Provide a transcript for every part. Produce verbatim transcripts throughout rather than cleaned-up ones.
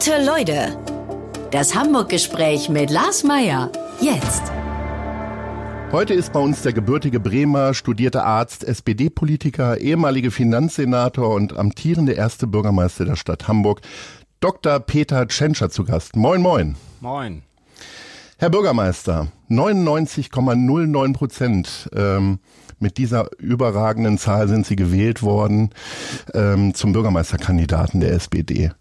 Gute Leute. Das Hamburg-Gespräch mit Lars Meier. Jetzt. Heute ist bei uns der gebürtige Bremer, studierte Arzt, S P D-Politiker, ehemalige Finanzsenator und amtierende erste Bürgermeister der Stadt Hamburg, Doktor Peter Tschentscher zu Gast. Moin, moin. Moin. Herr Bürgermeister, neunundneunzig Komma null neun Prozent ähm, mit dieser überragenden Zahl sind Sie gewählt worden ähm, zum Bürgermeisterkandidaten der S P D.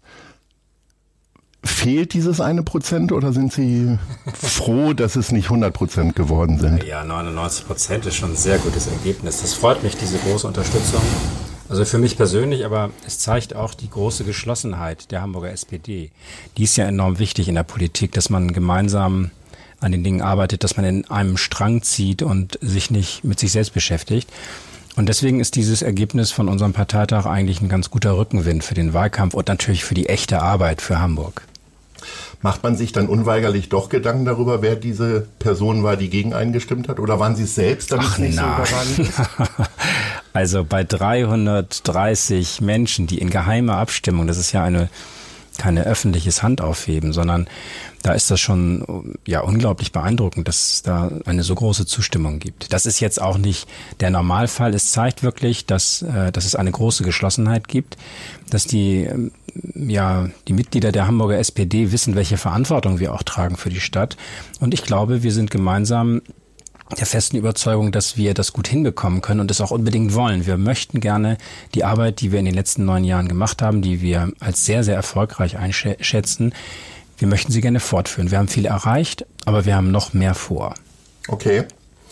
Fehlt dieses eine Prozent oder sind Sie froh, dass es nicht hundert Prozent geworden sind? Ja, neunundneunzig Prozent ist schon ein sehr gutes Ergebnis. Das freut mich, diese große Unterstützung. Also für mich persönlich, aber es zeigt auch die große Geschlossenheit der Hamburger S P D. Die ist ja enorm wichtig in der Politik, dass man gemeinsam an den Dingen arbeitet, dass man in einem Strang zieht und sich nicht mit sich selbst beschäftigt. Und deswegen ist dieses Ergebnis von unserem Parteitag eigentlich ein ganz guter Rückenwind für den Wahlkampf und natürlich für die echte Arbeit für Hamburg. Macht man sich dann unweigerlich doch Gedanken darüber, wer diese Person war, die gegen einen gestimmt hat? Oder waren Sie es selbst, damit es nicht so überragend ist? Also bei dreihundertdreißig Menschen, die in geheimer Abstimmung, das ist ja eine keine öffentliches Handaufheben, sondern da ist das schon ja unglaublich beeindruckend, dass es da eine so große Zustimmung gibt. Das ist jetzt auch nicht der Normalfall. Es zeigt wirklich, dass, äh, dass es eine große Geschlossenheit gibt, dass die, äh, ja, die Mitglieder der Hamburger S P D wissen, welche Verantwortung wir auch tragen für die Stadt. Und ich glaube, wir sind gemeinsam der festen Überzeugung, dass wir das gut hinbekommen können und es auch unbedingt wollen. Wir möchten gerne die Arbeit, die wir in den letzten neun Jahren gemacht haben, die wir als sehr, sehr erfolgreich einschätzen, wir möchten sie gerne fortführen. Wir haben viel erreicht, aber wir haben noch mehr vor. Okay.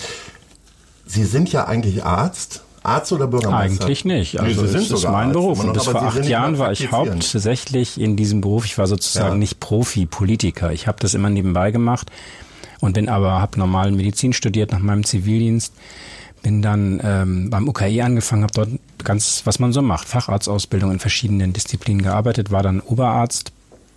Sie sind ja eigentlich Arzt. Arzt oder Bürgermeister? Eigentlich nicht. Also nee, Sie sind das ist mein Arzt, Beruf. noch, Und bis vor acht Jahren war ich hauptsächlich in diesem Beruf. Ich war sozusagen ja. nicht Profi-Politiker. Ich habe das immer nebenbei gemacht. Und bin aber, habe normal Medizin studiert nach meinem Zivildienst, bin dann ähm, beim U K E angefangen, habe dort ganz, was man so macht, Facharztausbildung in verschiedenen Disziplinen gearbeitet, war dann Oberarzt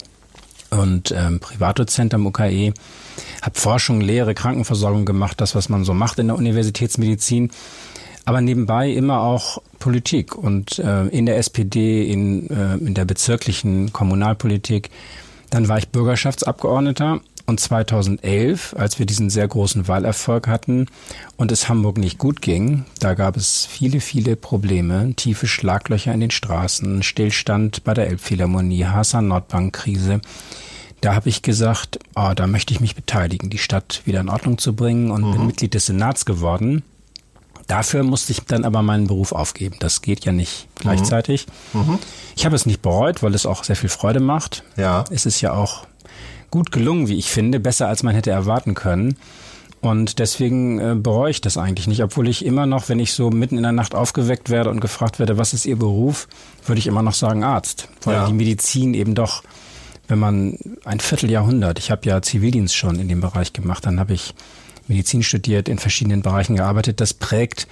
und ähm, Privatdozent am U K E, habe Forschung, Lehre, Krankenversorgung gemacht, das, was man so macht in der Universitätsmedizin, aber nebenbei immer auch Politik und äh, in der S P D, in, äh, in der bezirklichen Kommunalpolitik. Dann war ich Bürgerschaftsabgeordneter. Und zweitausendelf, als wir diesen sehr großen Wahlerfolg hatten und es Hamburg nicht gut ging, da gab es viele, viele Probleme, tiefe Schlaglöcher in den Straßen, Stillstand bei der Elbphilharmonie, Haaßer-Nordbank-Krise. Da habe ich gesagt, oh, da möchte ich mich beteiligen, die Stadt wieder in Ordnung zu bringen und mhm. bin Mitglied des Senats geworden. Dafür musste ich dann aber meinen Beruf aufgeben. Das geht ja nicht gleichzeitig. Mhm. Ich habe es nicht bereut, weil es auch sehr viel Freude macht. Ja. Es ist ja auch gut gelungen, wie ich finde, besser als man hätte erwarten können. Und deswegen äh, bereue ich das eigentlich nicht, obwohl ich immer noch, wenn ich so mitten in der Nacht aufgeweckt werde und gefragt werde, was ist Ihr Beruf, würde ich immer noch sagen Arzt. Weil ja. die Medizin eben doch, wenn man ein Vierteljahrhundert, ich habe ja Zivildienst schon in dem Bereich gemacht, dann habe ich Medizin studiert, in verschiedenen Bereichen gearbeitet, das prägt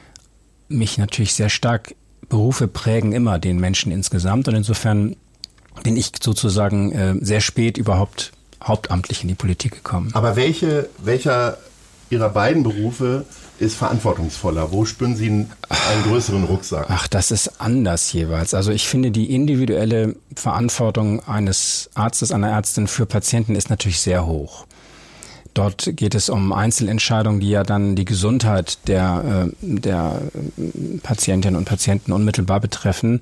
mich natürlich sehr stark. Berufe prägen immer den Menschen insgesamt und insofern bin ich sozusagen äh, sehr spät überhaupt hauptamtlich in die Politik gekommen. Aber welche, welcher Ihrer beiden Berufe ist verantwortungsvoller? Wo spüren Sie einen, einen größeren Rucksack? Ach, das ist anders jeweils. Also ich finde, die individuelle Verantwortung eines Arztes, einer Ärztin für Patienten ist natürlich sehr hoch. Dort geht es um Einzelentscheidungen, die ja dann die Gesundheit der, der Patientinnen und Patienten unmittelbar betreffen.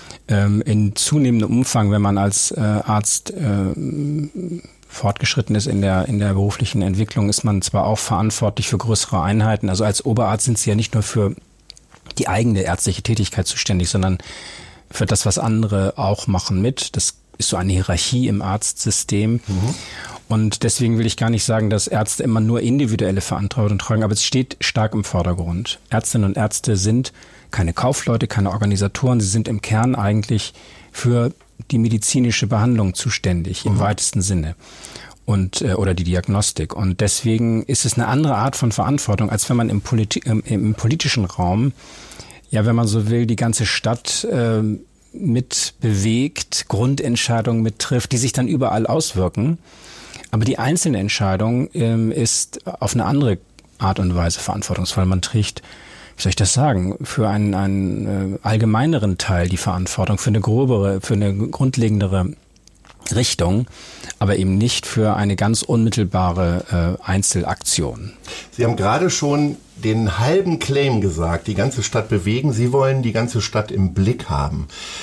In zunehmendem Umfang, wenn man als äh, Arzt äh, fortgeschritten ist in der in der beruflichen Entwicklung, ist man zwar auch verantwortlich für größere Einheiten. Also als Oberarzt sind Sie ja nicht nur für die eigene ärztliche Tätigkeit zuständig, sondern für das, was andere auch machen mit. Das ist so eine Hierarchie im Arztsystem. Mhm. Und deswegen will ich gar nicht sagen, dass Ärzte immer nur individuelle Verantwortung tragen, aber es steht stark im Vordergrund. Ärztinnen und Ärzte sind keine Kaufleute, keine Organisatoren. Sie sind im Kern eigentlich für die medizinische Behandlung zuständig, im mhm. weitesten Sinne. Und, äh, oder die Diagnostik. Und deswegen ist es eine andere Art von Verantwortung, als wenn man im, Politi- im, im politischen Raum, ja, wenn man so will, die ganze Stadt äh, mit bewegt, Grundentscheidungen mittrifft, die sich dann überall auswirken. Aber die einzelne Entscheidung ähm, ist auf eine andere Art und Weise verantwortungsvoll. Man trägt, wie soll ich das sagen, für einen, einen äh, allgemeineren Teil die Verantwortung, für eine gröbere, für eine grundlegendere Richtung, aber eben nicht für eine ganz unmittelbare äh, Einzelaktion. Sie haben gerade schon den halben Claim gesagt, die ganze Stadt bewegen. Sie wollen die ganze Stadt im Blick haben.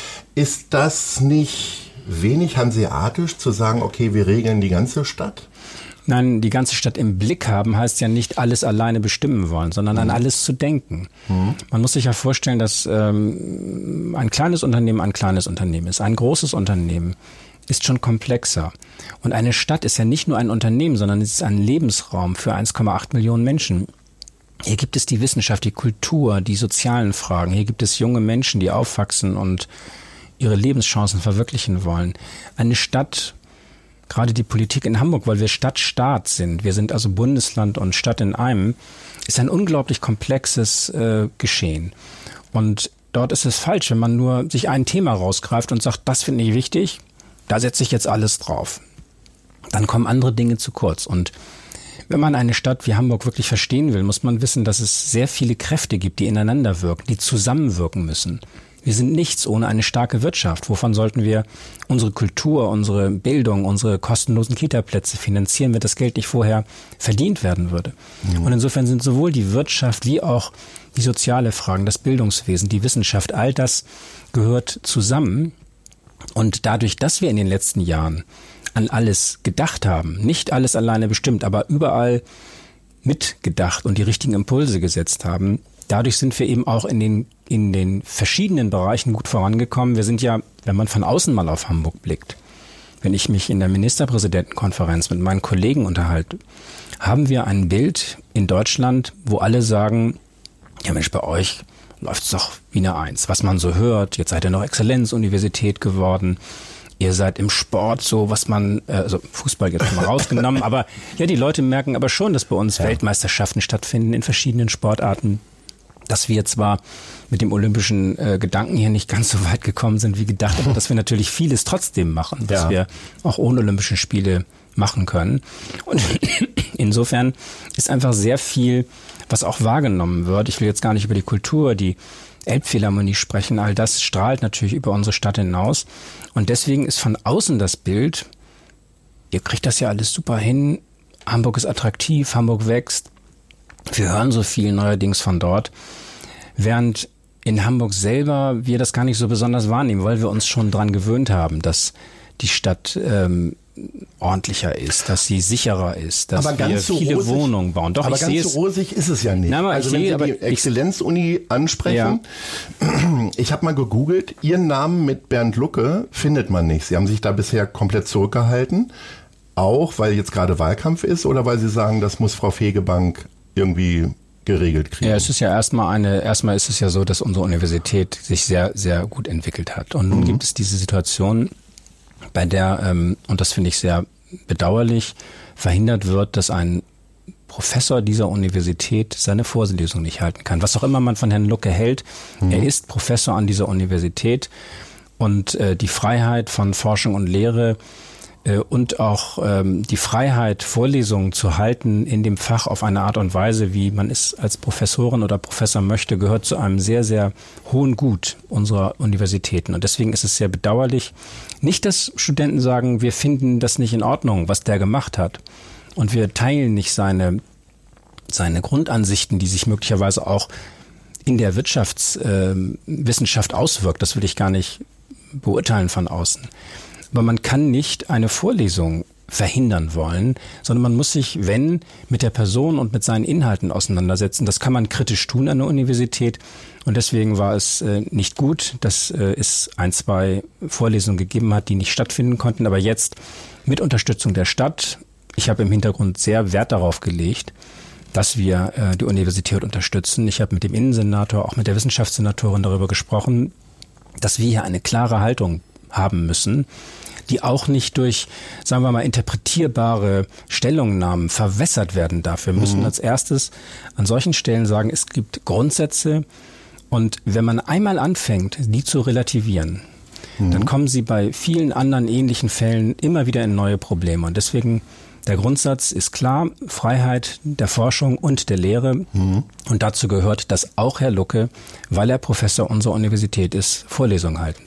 Ist das nicht wenig hanseatisch zu sagen, okay, wir regeln die ganze Stadt? Nein, die ganze Stadt im Blick haben heißt ja nicht alles alleine bestimmen wollen, sondern mhm. an alles zu denken. Mhm. Man muss sich ja vorstellen, dass ähm, ein kleines Unternehmen ein kleines Unternehmen ist. Ein großes Unternehmen ist schon komplexer. Und eine Stadt ist ja nicht nur ein Unternehmen, sondern es ist ein Lebensraum für eins Komma acht Millionen Menschen. Hier gibt es die Wissenschaft, die Kultur, die sozialen Fragen. Hier gibt es junge Menschen, die aufwachsen und ihre Lebenschancen verwirklichen wollen. Eine Stadt, gerade die Politik in Hamburg, weil wir Stadt-Staat sind, wir sind also Bundesland und Stadt in einem, ist ein unglaublich komplexes äh, Geschehen. Und dort ist es falsch, wenn man nur sich ein Thema rausgreift und sagt, das finde ich wichtig, da setze ich jetzt alles drauf. Dann kommen andere Dinge zu kurz. Und wenn man eine Stadt wie Hamburg wirklich verstehen will, muss man wissen, dass es sehr viele Kräfte gibt, die ineinander wirken, die zusammenwirken müssen. Wir sind nichts ohne eine starke Wirtschaft. Wovon sollten wir unsere Kultur, unsere Bildung, unsere kostenlosen Kita-Plätze finanzieren, wenn das Geld nicht vorher verdient werden würde? Mhm. Und insofern sind sowohl die Wirtschaft wie auch die soziale Fragen, das Bildungswesen, die Wissenschaft, all das gehört zusammen. Und dadurch, dass wir in den letzten Jahren an alles gedacht haben, nicht alles alleine bestimmt, aber überall mitgedacht und die richtigen Impulse gesetzt haben, dadurch sind wir eben auch in den, in den verschiedenen Bereichen gut vorangekommen. Wir sind ja, wenn man von außen mal auf Hamburg blickt, wenn ich mich in der Ministerpräsidentenkonferenz mit meinen Kollegen unterhalte, haben wir ein Bild in Deutschland, wo alle sagen, ja Mensch, bei euch läuft's doch wie eine Eins. Was man so hört, jetzt seid ihr noch Exzellenzuniversität geworden. Ihr seid im Sport so, was man, also Fußball jetzt mal rausgenommen, aber ja, die Leute merken aber schon, dass bei uns ja. Weltmeisterschaften stattfinden in verschiedenen Sportarten, dass wir zwar mit dem olympischen äh, Gedanken hier nicht ganz so weit gekommen sind wie gedacht, aber dass wir natürlich vieles trotzdem machen, dass ja. wir auch ohne Olympische Spiele machen können. Und insofern ist einfach sehr viel, was auch wahrgenommen wird. Ich will jetzt gar nicht über die Kultur, die Elbphilharmonie sprechen. All das strahlt natürlich über unsere Stadt hinaus. Und deswegen ist von außen das Bild, ihr kriegt das ja alles super hin. Hamburg ist attraktiv, Hamburg wächst. Wir hören so viel neuerdings von dort. Während in Hamburg selber wir das gar nicht so besonders wahrnehmen, weil wir uns schon dran gewöhnt haben, dass die Stadt ähm, ordentlicher ist, dass sie sicherer ist, dass aber wir so viele rosig, Wohnungen bauen. Doch, aber ich ganz so rosig ist es ja nicht. Na, also wenn sehe, Sie die Exzellenzuni ansprechen, ja. Ich habe mal gegoogelt, Ihren Namen mit Bernd Lucke findet man nicht. Sie haben sich da bisher komplett zurückgehalten, auch weil jetzt gerade Wahlkampf ist oder weil Sie sagen, das muss Frau Fegebank irgendwie geregelt kriegen? Ja, es ist ja erstmal eine, erstmal ist es ja so, dass unsere Universität sich sehr, sehr gut entwickelt hat. Und nun mhm. gibt es diese Situation, bei der, ähm, und das finde ich sehr bedauerlich, verhindert wird, dass ein Professor dieser Universität seine Vorlesung nicht halten kann. Was auch immer man von Herrn Lucke hält, mhm. er ist Professor an dieser Universität und äh, die Freiheit von Forschung und Lehre äh, und auch ähm, die Freiheit, Vorlesungen zu halten in dem Fach auf eine Art und Weise, wie man es als Professorin oder Professor möchte, gehört zu einem sehr, sehr hohen Gut unserer Universitäten. Und deswegen ist es sehr bedauerlich, nicht, dass Studenten sagen, wir finden das nicht in Ordnung, was der gemacht hat. Und wir teilen nicht seine, seine Grundansichten, die sich möglicherweise auch in der Wirtschaftswissenschaft äh, auswirkt. Das will ich gar nicht beurteilen von außen. Aber man kann nicht eine Vorlesung verhindern wollen, sondern man muss sich, wenn, mit der Person und mit seinen Inhalten auseinandersetzen. Das kann man kritisch tun an der Universität. Und deswegen war es äh, nicht gut, dass äh, es ein, zwei Vorlesungen gegeben hat, die nicht stattfinden konnten. Aber jetzt mit Unterstützung der Stadt, ich habe im Hintergrund sehr Wert darauf gelegt, dass wir äh, die Universität unterstützen. Ich habe mit dem Innensenator, auch mit der Wissenschaftssenatorin darüber gesprochen, dass wir hier eine klare Haltung haben müssen, die auch nicht durch, sagen wir mal, interpretierbare Stellungnahmen verwässert werden darf. Wir müssen mhm. als erstes an solchen Stellen sagen, es gibt Grundsätze und wenn man einmal anfängt, die zu relativieren, mhm. dann kommen sie bei vielen anderen ähnlichen Fällen immer wieder in neue Probleme. Und deswegen, der Grundsatz ist klar, Freiheit der Forschung und der Lehre. Mhm. Und dazu gehört, dass auch Herr Lucke, weil er Professor unserer Universität ist, Vorlesungen halten darf.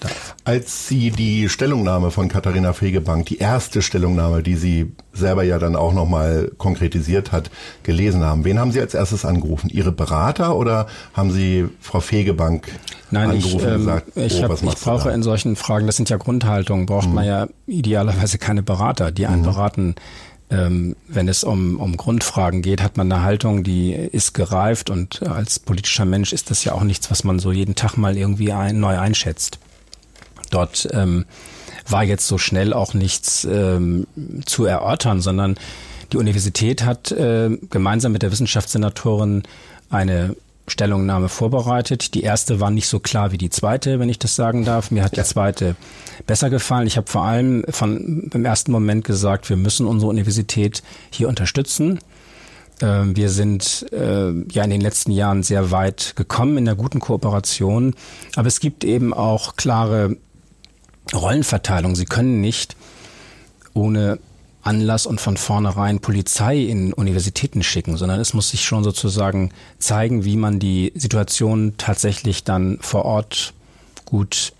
Als Sie die Stellungnahme von Katharina Fegebank, die erste Stellungnahme, die sie selber ja dann auch nochmal konkretisiert hat, gelesen haben, wen haben Sie als erstes angerufen? Ihre Berater oder haben Sie Frau Fegebank Nein, angerufen ich, ähm, und gesagt, oh, ich, hab, was ich machst du brauche da? in solchen Fragen, das sind ja Grundhaltungen, braucht mhm. man ja idealerweise keine Berater, die einen mhm. beraten. Ähm, wenn es um, um Grundfragen geht, hat man eine Haltung, die ist gereift und als politischer Mensch ist das ja auch nichts, was man so jeden Tag mal irgendwie ein, neu einschätzt. Dort ähm, war jetzt so schnell auch nichts ähm, zu erörtern, sondern die Universität hat äh, gemeinsam mit der Wissenschaftssenatorin eine Stellungnahme vorbereitet. Die erste war nicht so klar wie die zweite, wenn ich das sagen darf. Mir hat die zweite besser gefallen. Ich habe vor allem von im ersten Moment gesagt, wir müssen unsere Universität hier unterstützen. Äh, wir sind äh, ja in den letzten Jahren sehr weit gekommen in der guten Kooperation. Aber es gibt eben auch klare Rollenverteilung. Sie können nicht ohne Anlass und von vornherein Polizei in Universitäten schicken, sondern es muss sich schon sozusagen zeigen, wie man die Situation tatsächlich dann vor Ort gut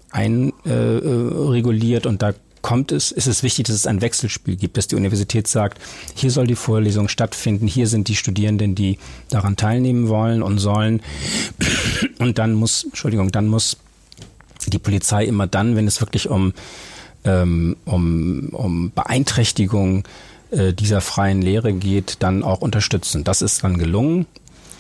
einreguliert. Äh, und da kommt es, ist es wichtig, dass es ein Wechselspiel gibt, dass die Universität sagt, hier soll die Vorlesung stattfinden, hier sind die Studierenden, die daran teilnehmen wollen und sollen. Und dann muss, Entschuldigung, dann muss die Polizei immer dann, wenn es wirklich um Um, um Beeinträchtigung äh, dieser freien Lehre geht, dann auch unterstützen. Das ist dann gelungen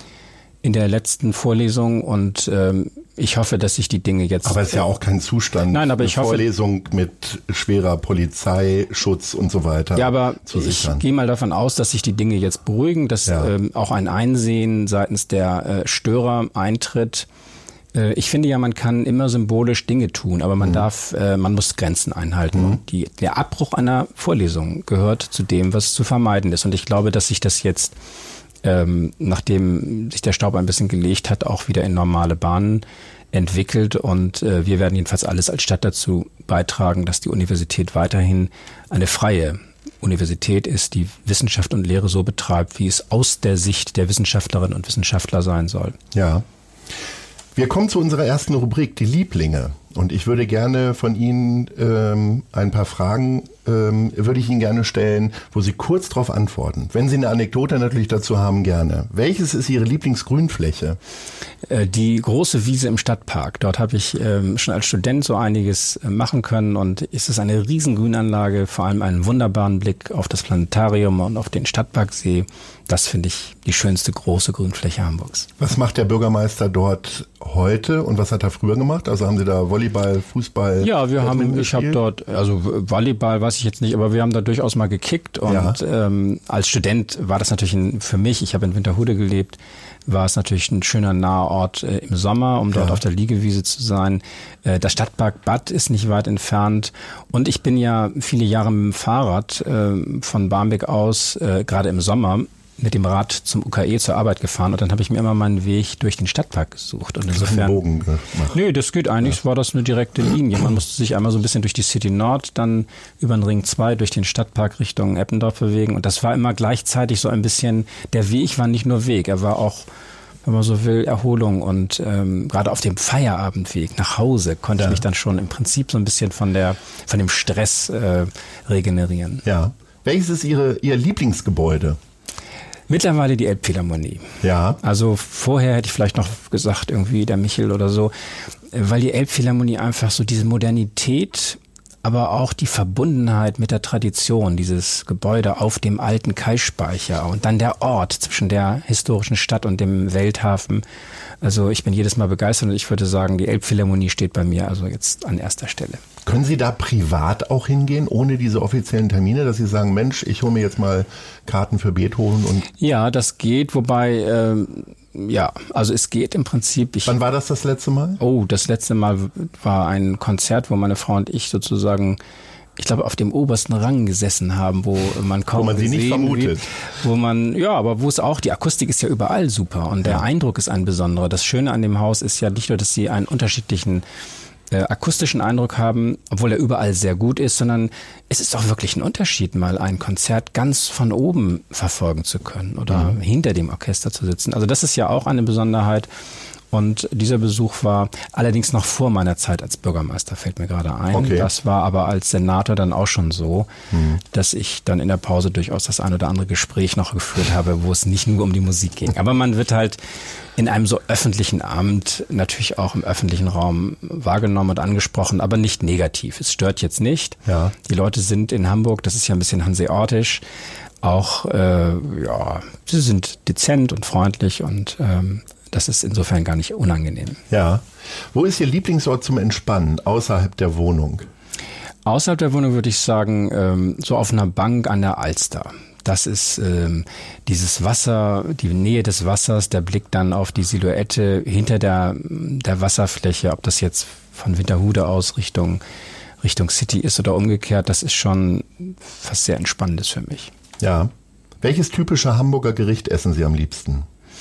in der letzten Vorlesung und ähm, ich hoffe, dass sich die Dinge jetzt... Aber es ist ja auch kein Zustand, Nein, aber eine ich hoffe, Vorlesung mit schwerer Polizeischutz und so weiter ja, aber zu sichern. Ich gehe mal davon aus, dass sich die Dinge jetzt beruhigen, dass ja. ähm, auch ein Einsehen seitens der äh, Störer eintritt. Ich finde ja, man kann immer symbolisch Dinge tun, aber man mhm. darf, äh, man muss Grenzen einhalten. Mhm. Die, der Abbruch einer Vorlesung gehört zu dem, was zu vermeiden ist. Und ich glaube, dass sich das jetzt, ähm, nachdem sich der Staub ein bisschen gelegt hat, auch wieder in normale Bahnen entwickelt. Und äh, wir werden jedenfalls alles als Stadt dazu beitragen, dass die Universität weiterhin eine freie Universität ist, die Wissenschaft und Lehre so betreibt, wie es aus der Sicht der Wissenschaftlerinnen und Wissenschaftler sein soll. Ja. Wir kommen zu unserer ersten Rubrik, die Lieblinge. Und ich würde gerne von Ihnen ähm, ein paar Fragen, ähm, würde ich Ihnen gerne stellen, wo Sie kurz darauf antworten. Wenn Sie eine Anekdote natürlich dazu haben, gerne. Welches ist Ihre Lieblingsgrünfläche? Äh, die große Wiese im Stadtpark. Dort habe ich ähm, schon als Student so einiges äh, machen können. Und es ist eine riesen Grünanlage, vor allem einen wunderbaren Blick auf das Planetarium und auf den Stadtparksee. Das finde ich die schönste große Grünfläche Hamburgs. Was macht der Bürgermeister dort heute und was hat er früher gemacht? Also haben Sie da Volleyball, Fußball? Ja, wir haben, ich habe dort, also Volleyball weiß ich jetzt nicht, aber wir haben da durchaus mal gekickt und ja. ähm, als Student war das natürlich ein, für mich, ich habe in Winterhude gelebt, war es natürlich ein schöner naher Ort äh, im Sommer, um dort ja. auf der Liegewiese zu sein. Äh, das Stadtpark Bad ist nicht weit entfernt und ich bin ja viele Jahre mit dem Fahrrad äh, von Barmbek aus, äh, gerade im Sommer, mit dem Rad zum U K E zur Arbeit gefahren und dann habe ich mir immer meinen Weg durch den Stadtpark gesucht. Und insofern, einen Bogen gemacht. Nee, das geht eigentlich, ja. war das eine direkte Linie. Man musste sich einmal so ein bisschen durch die City Nord, dann über den Ring zwei durch den Stadtpark Richtung Eppendorf bewegen und das war immer gleichzeitig so ein bisschen, der Weg war nicht nur Weg, er war auch, wenn man so will, Erholung und ähm, gerade auf dem Feierabendweg nach Hause konnte ja. ich mich dann schon im Prinzip so ein bisschen von der von dem Stress äh, regenerieren. Ja. Welches ist Ihre, Ihr Lieblingsgebäude? Mittlerweile die Elbphilharmonie. Ja. Also vorher hätte ich vielleicht noch gesagt, irgendwie der Michel oder so, weil die Elbphilharmonie einfach so diese Modernität, aber auch die Verbundenheit mit der Tradition, dieses Gebäude auf dem alten Kaispeicher und dann der Ort zwischen der historischen Stadt und dem Welthafen. Also ich bin jedes Mal begeistert und ich würde sagen, die Elbphilharmonie steht bei mir also jetzt an erster Stelle. Können Sie da privat auch hingehen, ohne diese offiziellen Termine, dass Sie sagen, Mensch, ich hole mir jetzt mal Karten für Beethoven? Und ja, das geht, wobei, ähm, ja, also es geht im Prinzip. Ich, Wann war das das letzte Mal? Oh, das letzte Mal war ein Konzert, wo meine Frau und ich sozusagen, ich glaube, auf dem obersten Rang gesessen haben, wo man kaum Wo man sie nicht vermutet. Wird, wo man, ja, aber wo es auch, die Akustik ist ja überall super und der ja. Eindruck ist ein besonderer. Das Schöne an dem Haus ist ja nicht nur, dass sie einen unterschiedlichen Äh, akustischen Eindruck haben, obwohl er überall sehr gut ist, sondern es ist auch wirklich ein Unterschied, mal ein Konzert ganz von oben verfolgen zu können oder mhm. hinter dem Orchester zu sitzen. Also das ist ja auch eine Besonderheit Und dieser Besuch war allerdings noch vor meiner Zeit als Bürgermeister, fällt mir gerade ein. Okay. Das war aber als Senator dann auch schon so, hm. dass ich dann in der Pause durchaus das ein oder andere Gespräch noch geführt habe, wo es nicht nur um die Musik ging. Aber man wird halt in einem so öffentlichen Amt natürlich auch im öffentlichen Raum wahrgenommen und angesprochen, aber nicht negativ. Es stört jetzt nicht. Ja. Die Leute sind in Hamburg, das ist ja ein bisschen hanseatisch, auch, äh, ja, sie sind dezent und freundlich und ähm, das ist insofern gar nicht unangenehm. Ja. Wo ist Ihr Lieblingsort zum Entspannen außerhalb der Wohnung? Außerhalb der Wohnung würde ich sagen, ähm, so auf einer Bank an der Alster. Das ist ähm, dieses Wasser, die Nähe des Wassers, der Blick dann auf die Silhouette hinter der, der Wasserfläche, ob das jetzt von Winterhude aus Richtung, Richtung City ist oder umgekehrt, das ist schon was sehr Entspannendes für mich. Ja. Welches typische Hamburger Gericht essen Sie am liebsten?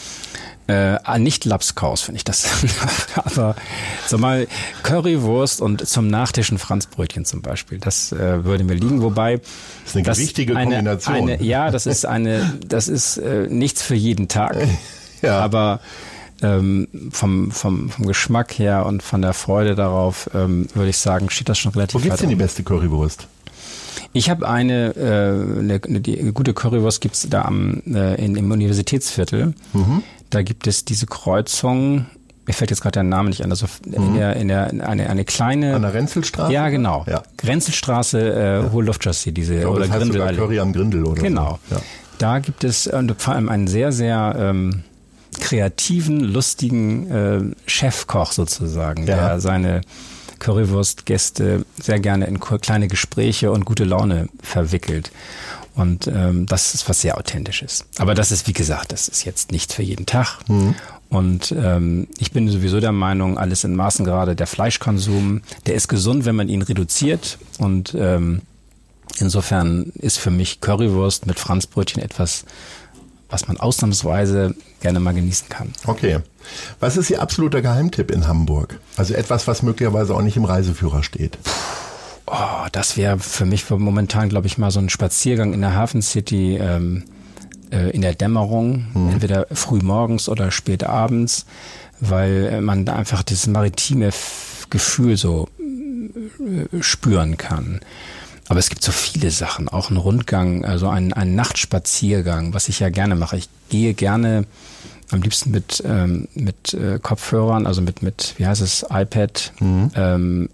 Äh, nicht Lapskaus, finde ich das. Aber so mal Currywurst und zum Nachtisch ein Franzbrötchen zum Beispiel. Das äh, würde mir liegen. Wobei das ist eine das gewichtige eine, Kombination. Eine, ja, das ist eine, das ist äh, nichts für jeden Tag. Ja. Aber ähm, vom, vom, vom Geschmack her und von der Freude darauf ähm, würde ich sagen, steht das schon relativ weit. Wo gibt's denn die beste Currywurst? Ich habe eine, äh, eine, eine, die, eine gute Currywurst gibt's da am äh, in, im Universitätsviertel. Mhm. Da gibt es diese Kreuzung, mir fällt jetzt gerade der Name nicht an, also mhm. in der, in der, eine, eine kleine... An der Renzelstraße? Ja, genau. Ja. Renzelstraße, äh, ja. Hohe Luftchassis, diese, ja, oder das heißt Grindel. sogar Curry am Grindel oder genau. so. Ja. Da gibt es äh, vor allem einen sehr, sehr ähm, kreativen, lustigen äh, Chefkoch sozusagen, ja. der seine Currywurstgäste sehr gerne in kleine Gespräche und gute Laune verwickelt. Und ähm, das ist was sehr Authentisches. Aber das ist, wie gesagt, das ist jetzt nichts für jeden Tag. Mhm. Und ähm, ich bin sowieso der Meinung, alles in Maßen, gerade der Fleischkonsum, der ist gesund, wenn man ihn reduziert. Und ähm, insofern ist für mich Currywurst mit Franzbrötchen etwas, was man ausnahmsweise gerne mal genießen kann. Okay. Was ist Ihr absoluter Geheimtipp in Hamburg? Also etwas, was möglicherweise auch nicht im Reiseführer steht. Oh, das wäre für mich momentan, glaube ich, mal so ein Spaziergang in der Hafen City ähm, äh, in der Dämmerung, mhm. entweder früh morgens oder spät abends, weil man da einfach dieses maritime Gefühl so äh, spüren kann. Aber es gibt so viele Sachen, auch ein Rundgang, also ein, ein Nachtspaziergang, was ich ja gerne mache. Ich gehe gerne am liebsten mit ähm, mit äh, Kopfhörern, also mit mit wie heißt es, iPad, mhm. ähm,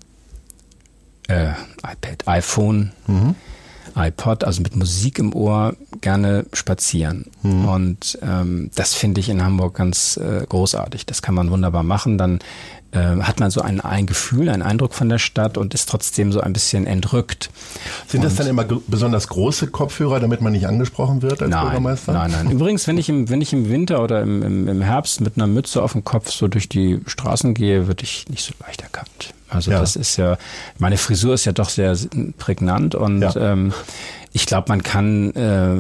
Äh, iPad, iPhone, mhm. iPod, also mit Musik im Ohr gerne spazieren. Mhm. Und ähm, das finde ich in Hamburg ganz äh, großartig. Das kann man wunderbar machen. Dann äh, hat man so ein, ein Gefühl, einen Eindruck von der Stadt und ist trotzdem so ein bisschen entrückt. Sind und das dann immer g- besonders große Kopfhörer, damit man nicht angesprochen wird als nein, Bürgermeister? Nein, nein. Übrigens, wenn ich im, wenn ich im Winter oder im, im, im Herbst mit einer Mütze auf dem Kopf so durch die Straßen gehe, würde ich nicht so leicht erkannt. Also ja. das ist ja, meine Frisur ist ja doch sehr prägnant und ja. ähm, ich glaube, man kann äh,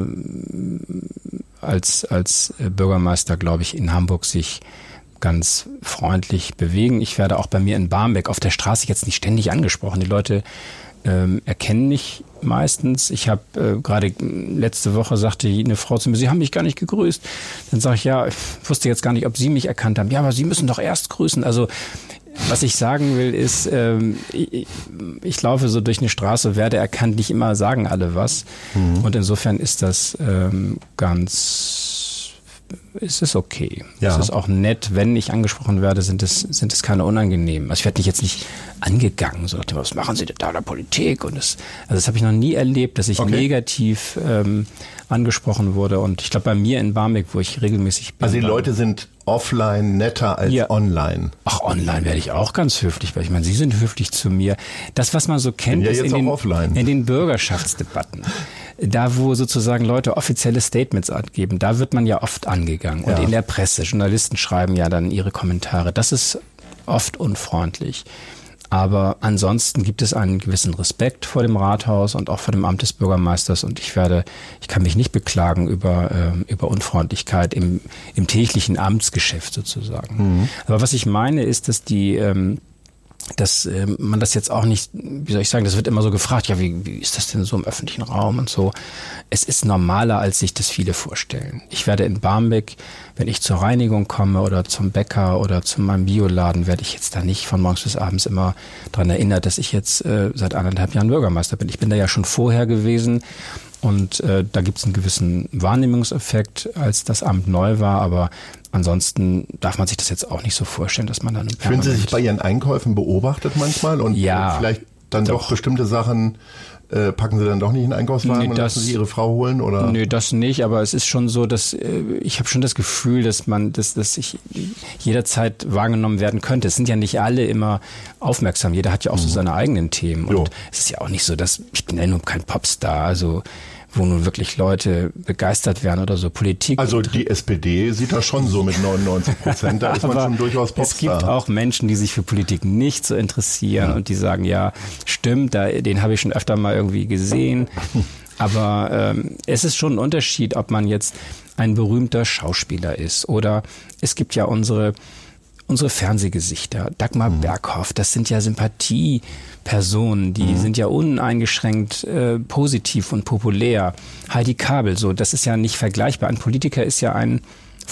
als als Bürgermeister, glaube ich, in Hamburg sich ganz freundlich bewegen. Ich werde auch bei mir in Barmbek auf der Straße jetzt nicht ständig angesprochen. Die Leute ähm, erkennen mich meistens. Ich habe äh, gerade letzte Woche sagte eine Frau zu mir, Sie haben mich gar nicht gegrüßt. Dann sage ich, ja, ich wusste jetzt gar nicht, ob Sie mich erkannt haben. Ja, aber Sie müssen doch erst grüßen. Also was ich sagen will, ist, ähm, ich, ich laufe so durch eine Straße, werde erkannt, nicht immer sagen alle was. Mhm. Und insofern ist das ähm, ganz, ist es okay. Ja. Es ist auch nett, wenn ich angesprochen werde, sind es, sind es keine unangenehmen. Also ich werde jetzt nicht angegangen, so was machen Sie denn da in der Politik? Und das, also das habe ich noch nie erlebt, dass ich okay. negativ ähm, angesprochen wurde. Und ich glaube, bei mir in Barmbek, wo ich regelmäßig bin. Also die Leute sind offline netter als ja. online. Ach, online werde ich auch ganz höflich, weil ich meine, Sie sind höflich zu mir. Das, was man so kennt, ja ist in den, in den Bürgerschaftsdebatten. Da, wo sozusagen Leute offizielle Statements abgeben, da wird man ja oft angegangen. Und ja. in der Presse, Journalisten schreiben ja dann ihre Kommentare. Das ist oft unfreundlich. Aber ansonsten gibt es einen gewissen Respekt vor dem Rathaus und auch vor dem Amt des Bürgermeisters. Und ich werde, ich kann mich nicht beklagen über, äh, über Unfreundlichkeit im, im täglichen Amtsgeschäft sozusagen. Mhm. Aber was ich meine ist, dass die, ähm, dass äh, man das jetzt auch nicht, wie soll ich sagen, das wird immer so gefragt, ja, wie, wie ist das denn so im öffentlichen Raum und so. Es ist normaler, als sich das viele vorstellen. Ich werde in Barmbek, wenn ich zur Reinigung komme oder zum Bäcker oder zu meinem Bioladen, werde ich jetzt da nicht von morgens bis abends immer dran erinnert, dass ich jetzt äh, seit anderthalb Jahren Bürgermeister bin. Ich bin da ja schon vorher gewesen. Und äh, da gibt es einen gewissen Wahrnehmungseffekt, als das Amt neu war, aber ansonsten darf man sich das jetzt auch nicht so vorstellen, dass man dann... Fühlen Sie sich bei Ihren Einkäufen beobachtet manchmal und ja, vielleicht dann doch, doch bestimmte Sachen... Äh, packen Sie dann doch nicht in den Einkaufswagen nee, und lassen Sie Ihre Frau holen? Oder? Nö, das nicht, aber es ist schon so, dass äh, ich habe schon das Gefühl, dass man, dass, dass ich jederzeit wahrgenommen werden könnte. Es sind ja nicht alle immer aufmerksam, jeder hat ja auch mhm. so seine eigenen Themen. Und jo. es ist ja auch nicht so, dass, ich bin ja nun kein Popstar, also wo nun wirklich Leute begeistert werden oder so. Politik. Also die S P D sieht das schon so mit neunundneunzig Prozent, da ist man schon durchaus Popstar. Es gibt auch Menschen, die sich für Politik nicht so interessieren ja. und die sagen, ja, stimmt, da, den habe ich schon öfter mal irgendwie gesehen. Aber ähm, es ist schon ein Unterschied, ob man jetzt ein berühmter Schauspieler ist oder es gibt ja unsere unsere Fernsehgesichter, Dagmar mhm. Berghoff, das sind ja Sympathiepersonen, die mhm. sind ja uneingeschränkt äh, positiv und populär. Heidi Kabel, so, das ist ja nicht vergleichbar. Ein Politiker ist ja ein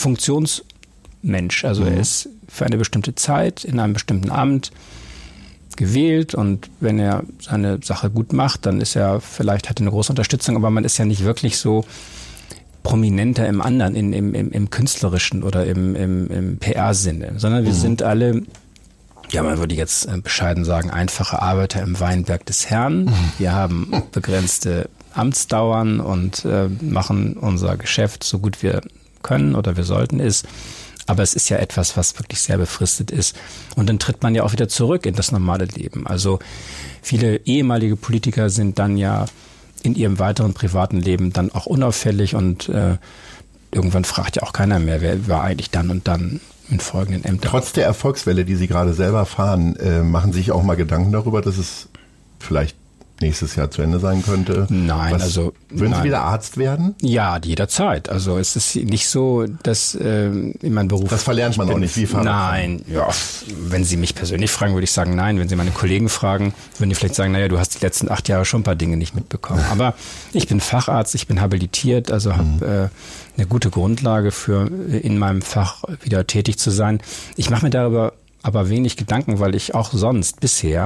Funktionsmensch, also mhm. er ist für eine bestimmte Zeit in einem bestimmten Amt gewählt und wenn er seine Sache gut macht, dann ist er vielleicht, hat er eine große Unterstützung, aber man ist ja nicht wirklich so prominenter im anderen, in, im, im, im künstlerischen oder im, im, im P R-Sinne, sondern wir mhm. sind alle, ja, man würde jetzt bescheiden sagen, einfache Arbeiter im Weinberg des Herrn. Mhm. Wir haben begrenzte Amtsdauern und äh, machen unser Geschäft so gut wir können oder wir sollten es. Aber es ist ja etwas, was wirklich sehr befristet ist. Und dann tritt man ja auch wieder zurück in das normale Leben. Also viele ehemalige Politiker sind dann ja in ihrem weiteren privaten Leben dann auch unauffällig und äh, irgendwann fragt ja auch keiner mehr, wer war eigentlich dann und dann in folgenden Ämtern. Trotz der Erfolgswelle, die Sie gerade selber fahren, äh, machen Sie sich auch mal Gedanken darüber, dass es vielleicht nächstes Jahr zu Ende sein könnte? Nein, Was, also... Würden nein. Sie wieder Arzt werden? Ja, jederzeit. Also es ist nicht so, dass äh, in meinem Beruf... Das verlernt man bin, auch nicht, wie Fahrradfahren. Nein, ja, wenn Sie mich persönlich fragen, würde ich sagen nein. Wenn Sie meine Kollegen fragen, würden die vielleicht sagen, naja, du hast die letzten acht Jahre schon ein paar Dinge nicht mitbekommen. Aber ich bin Facharzt, ich bin habilitiert, also habe mhm. äh, eine gute Grundlage für in meinem Fach wieder tätig zu sein. Ich mache mir darüber aber wenig Gedanken, weil ich auch sonst bisher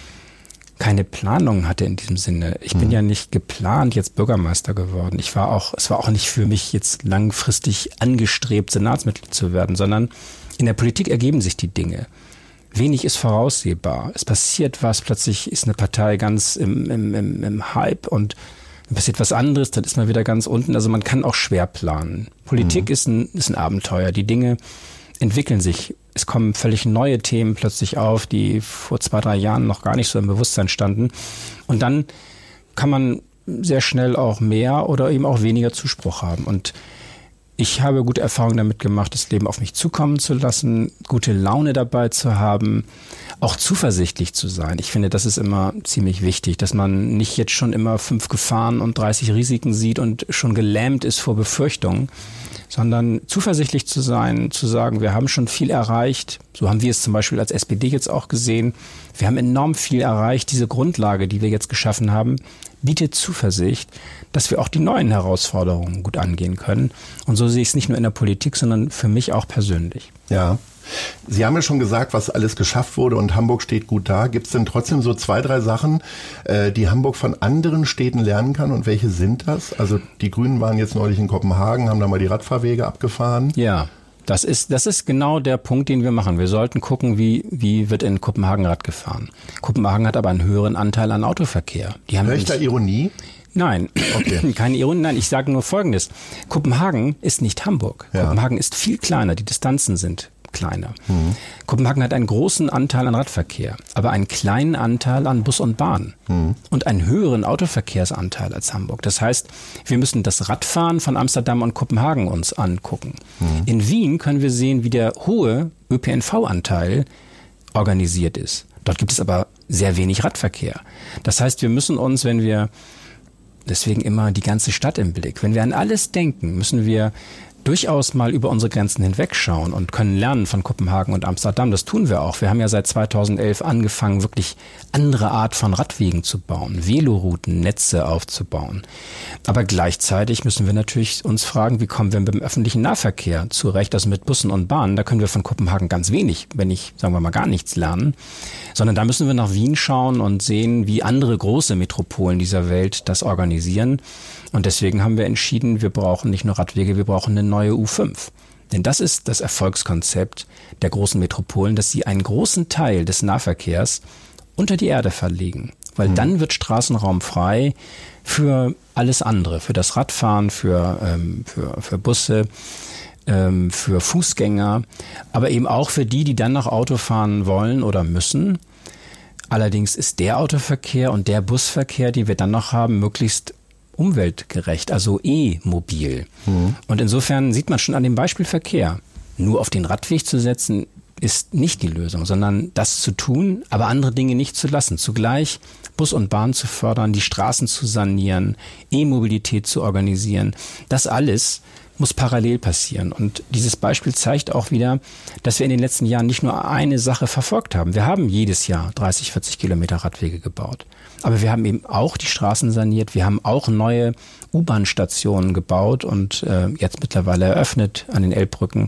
keine Planung hatte in diesem Sinne. Ich bin mhm. ja nicht geplant jetzt Bürgermeister geworden. Ich war auch, es war auch nicht für mich jetzt langfristig angestrebt, Senatsmitglied zu werden, sondern in der Politik ergeben sich die Dinge. Wenig ist voraussehbar. Es passiert was, plötzlich ist eine Partei ganz im, im, im, im Hype und dann passiert was anderes, dann ist man wieder ganz unten. Also man kann auch schwer planen. Politik mhm. ist ein, ist ein Abenteuer. Die Dinge entwickeln sich. Es kommen völlig neue Themen plötzlich auf, die vor zwei, drei Jahren noch gar nicht so im Bewusstsein standen. Und dann kann man sehr schnell auch mehr oder eben auch weniger Zuspruch haben. Und ich habe gute Erfahrungen damit gemacht, das Leben auf mich zukommen zu lassen, gute Laune dabei zu haben, auch zuversichtlich zu sein. Ich finde, das ist immer ziemlich wichtig, dass man nicht jetzt schon immer fünf Gefahren und dreißig Risiken sieht und schon gelähmt ist vor Befürchtungen, sondern zuversichtlich zu sein, zu sagen, wir haben schon viel erreicht. So haben wir es zum Beispiel als S P D jetzt auch gesehen. Wir haben enorm viel erreicht. Diese Grundlage, die wir jetzt geschaffen haben, bietet Zuversicht, dass wir auch die neuen Herausforderungen gut angehen können. Und so sehe ich es nicht nur in der Politik, sondern für mich auch persönlich. Ja. Sie haben ja schon gesagt, was alles geschafft wurde und Hamburg steht gut da. Gibt es denn trotzdem so zwei, drei Sachen, äh, die Hamburg von anderen Städten lernen kann und welche sind das? Also die Grünen waren jetzt neulich in Kopenhagen, haben da mal die Radfahrwege abgefahren. Ja, das ist, das ist genau der Punkt, den wir machen. Wir sollten gucken, wie, wie wird in Kopenhagen Rad gefahren. Kopenhagen hat aber einen höheren Anteil an Autoverkehr. Die haben Hör ich da Ironie? Nein, okay. Keine Ironie. Nein, ich sage nur Folgendes. Kopenhagen ist nicht Hamburg. Ja. Kopenhagen ist viel kleiner. Die Distanzen sind kleiner. Mhm. Kopenhagen hat einen großen Anteil an Radverkehr, aber einen kleinen Anteil an Bus und Bahn mhm. und einen höheren Autoverkehrsanteil als Hamburg. Das heißt, wir müssen das Radfahren von Amsterdam und Kopenhagen uns angucken. Mhm. In Wien können wir sehen, wie der hohe Ö P N V-Anteil organisiert ist. Dort gibt es aber sehr wenig Radverkehr. Das heißt, wir müssen uns, wenn wir deswegen immer die ganze Stadt im Blick. Wenn wir an alles denken, müssen wir durchaus mal über unsere Grenzen hinwegschauen und können lernen von Kopenhagen und Amsterdam. Das tun wir auch. Wir haben ja seit zweitausendelf angefangen, wirklich andere Art von Radwegen zu bauen, Velorouten, Netze aufzubauen. Aber gleichzeitig müssen wir natürlich uns fragen, wie kommen wir mit dem öffentlichen Nahverkehr zurecht, also mit Bussen und Bahnen. Da können wir von Kopenhagen ganz wenig, wenn nicht, sagen wir mal, gar nichts lernen, sondern da müssen wir nach Wien schauen und sehen, wie andere große Metropolen dieser Welt das organisieren. Und deswegen haben wir entschieden, wir brauchen nicht nur Radwege, wir brauchen eine neue U fünf. Denn das ist das Erfolgskonzept der großen Metropolen, dass sie einen großen Teil des Nahverkehrs unter die Erde verlegen. Weil mhm. dann wird Straßenraum frei für alles andere, für das Radfahren, für, ähm, für, für Busse, ähm, für Fußgänger, aber eben auch für die, die dann noch Auto fahren wollen oder müssen. Allerdings ist der Autoverkehr und der Busverkehr, den wir dann noch haben, möglichst umweltgerecht, also e-mobil. Mhm. Und insofern sieht man schon an dem Beispiel Verkehr, nur auf den Radweg zu setzen, ist nicht die Lösung, sondern das zu tun, aber andere Dinge nicht zu lassen. Zugleich Bus und Bahn zu fördern, die Straßen zu sanieren, E-Mobilität zu organisieren. Das alles muss parallel passieren. Und dieses Beispiel zeigt auch wieder, dass wir in den letzten Jahren nicht nur eine Sache verfolgt haben. Wir haben jedes Jahr dreißig, vierzig Kilometer Radwege gebaut. Aber wir haben eben auch die Straßen saniert. Wir haben auch neue U-Bahn-Stationen gebaut und äh, jetzt mittlerweile eröffnet an den Elbbrücken.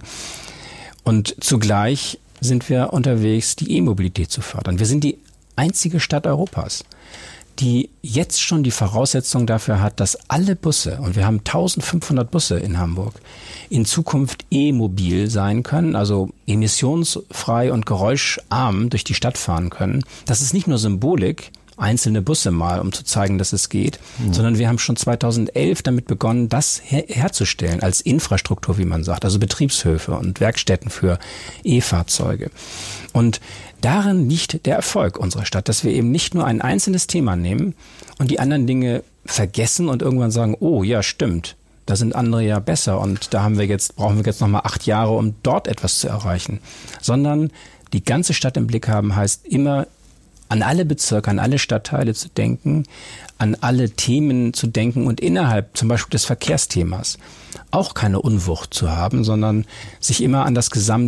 Und zugleich sind wir unterwegs, die E-Mobilität zu fördern. Wir sind die einzige Stadt Europas, die jetzt schon die Voraussetzung dafür hat, dass alle Busse, und wir haben eintausendfünfhundert Busse in Hamburg, in Zukunft e-mobil sein können, also emissionsfrei und geräuscharm durch die Stadt fahren können. Das ist nicht nur Symbolik, einzelne Busse mal, um zu zeigen, dass es geht, mhm. sondern wir haben schon zweitausendelf damit begonnen, das her- herzustellen als Infrastruktur, wie man sagt, also Betriebshöfe und Werkstätten für E-Fahrzeuge. Und darin liegt der Erfolg unserer Stadt, dass wir eben nicht nur ein einzelnes Thema nehmen und die anderen Dinge vergessen und irgendwann sagen, oh ja, stimmt, da sind andere ja besser und da haben wir jetzt, brauchen wir jetzt nochmal acht Jahre, um dort etwas zu erreichen. Sondern die ganze Stadt im Blick haben heißt immer, an alle Bezirke, an alle Stadtteile zu denken, an alle Themen zu denken und innerhalb zum Beispiel des Verkehrsthemas auch keine Unwucht zu haben, sondern sich immer an das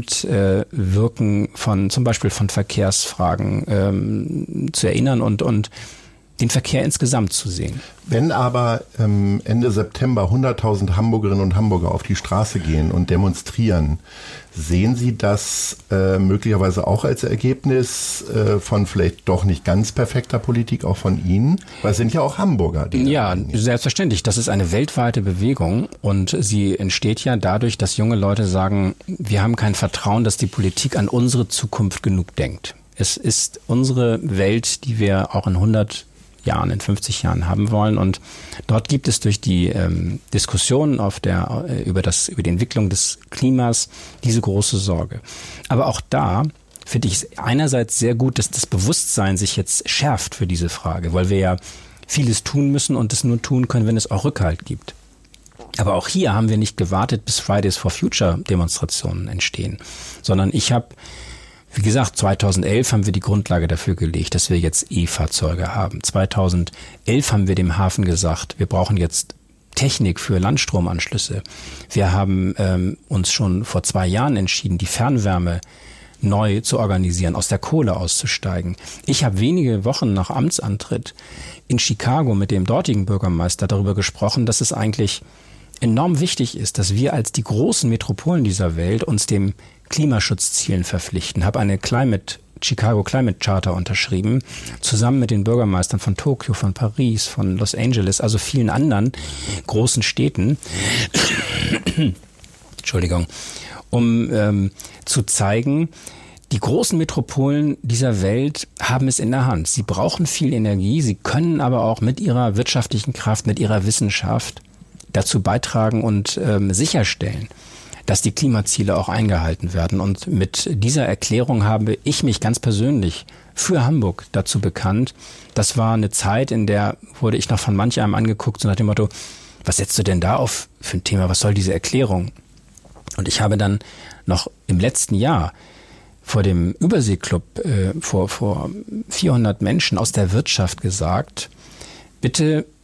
Gesamtwirken äh, von zum Beispiel von Verkehrsfragen ähm, zu erinnern und, und den Verkehr insgesamt zu sehen. Wenn aber ähm, Ende September hunderttausend Hamburgerinnen und Hamburger auf die Straße gehen und demonstrieren, sehen Sie das äh, möglicherweise auch als Ergebnis äh, von vielleicht doch nicht ganz perfekter Politik, auch von Ihnen? Weil es sind ja auch Hamburger. Die ja, selbstverständlich. Das ist eine weltweite Bewegung und sie entsteht ja dadurch, dass junge Leute sagen, wir haben kein Vertrauen, dass die Politik an unsere Zukunft genug denkt. Es ist unsere Welt, die wir auch in hundert Jahren, in fünfzig Jahren haben wollen. Und dort gibt es durch die ähm, Diskussionen auf der, äh, über, das, über die Entwicklung des Klimas diese große Sorge. Aber auch da finde ich es einerseits sehr gut, dass das Bewusstsein sich jetzt schärft für diese Frage, weil wir ja vieles tun müssen und es nur tun können, wenn es auch Rückhalt gibt. Aber auch hier haben wir nicht gewartet, bis Fridays for Future Demonstrationen entstehen, sondern ich habe Wie gesagt, zweitausendelf haben wir die Grundlage dafür gelegt, dass wir jetzt E-Fahrzeuge haben. zweitausendelf haben wir dem Hafen gesagt, wir brauchen jetzt Technik für Landstromanschlüsse. Wir haben ähm, uns schon vor zwei Jahren entschieden, die Fernwärme neu zu organisieren, aus der Kohle auszusteigen. Ich habe wenige Wochen nach Amtsantritt in Chicago mit dem dortigen Bürgermeister darüber gesprochen, dass es eigentlich enorm wichtig ist, dass wir als die großen Metropolen dieser Welt uns dem Klimaschutzzielen verpflichten. Habe eine Climate, Chicago Climate Charter unterschrieben, zusammen mit den Bürgermeistern von Tokio, von Paris, von Los Angeles, also vielen anderen großen Städten, Entschuldigung, um ähm, zu zeigen, die großen Metropolen dieser Welt haben es in der Hand. Sie brauchen viel Energie, sie können aber auch mit ihrer wirtschaftlichen Kraft, mit ihrer Wissenschaft dazu beitragen und ähm, sicherstellen, dass die Klimaziele auch eingehalten werden. Und mit dieser Erklärung habe ich mich ganz persönlich für Hamburg dazu bekannt. Das war eine Zeit, in der wurde ich noch von manch einem angeguckt, so nach dem Motto, was setzt du denn da auf für ein Thema, was soll diese Erklärung? Und ich habe dann noch im letzten Jahr vor dem Überseeklub, äh, vor, vor vierhundert Menschen aus der Wirtschaft gesagt, bitte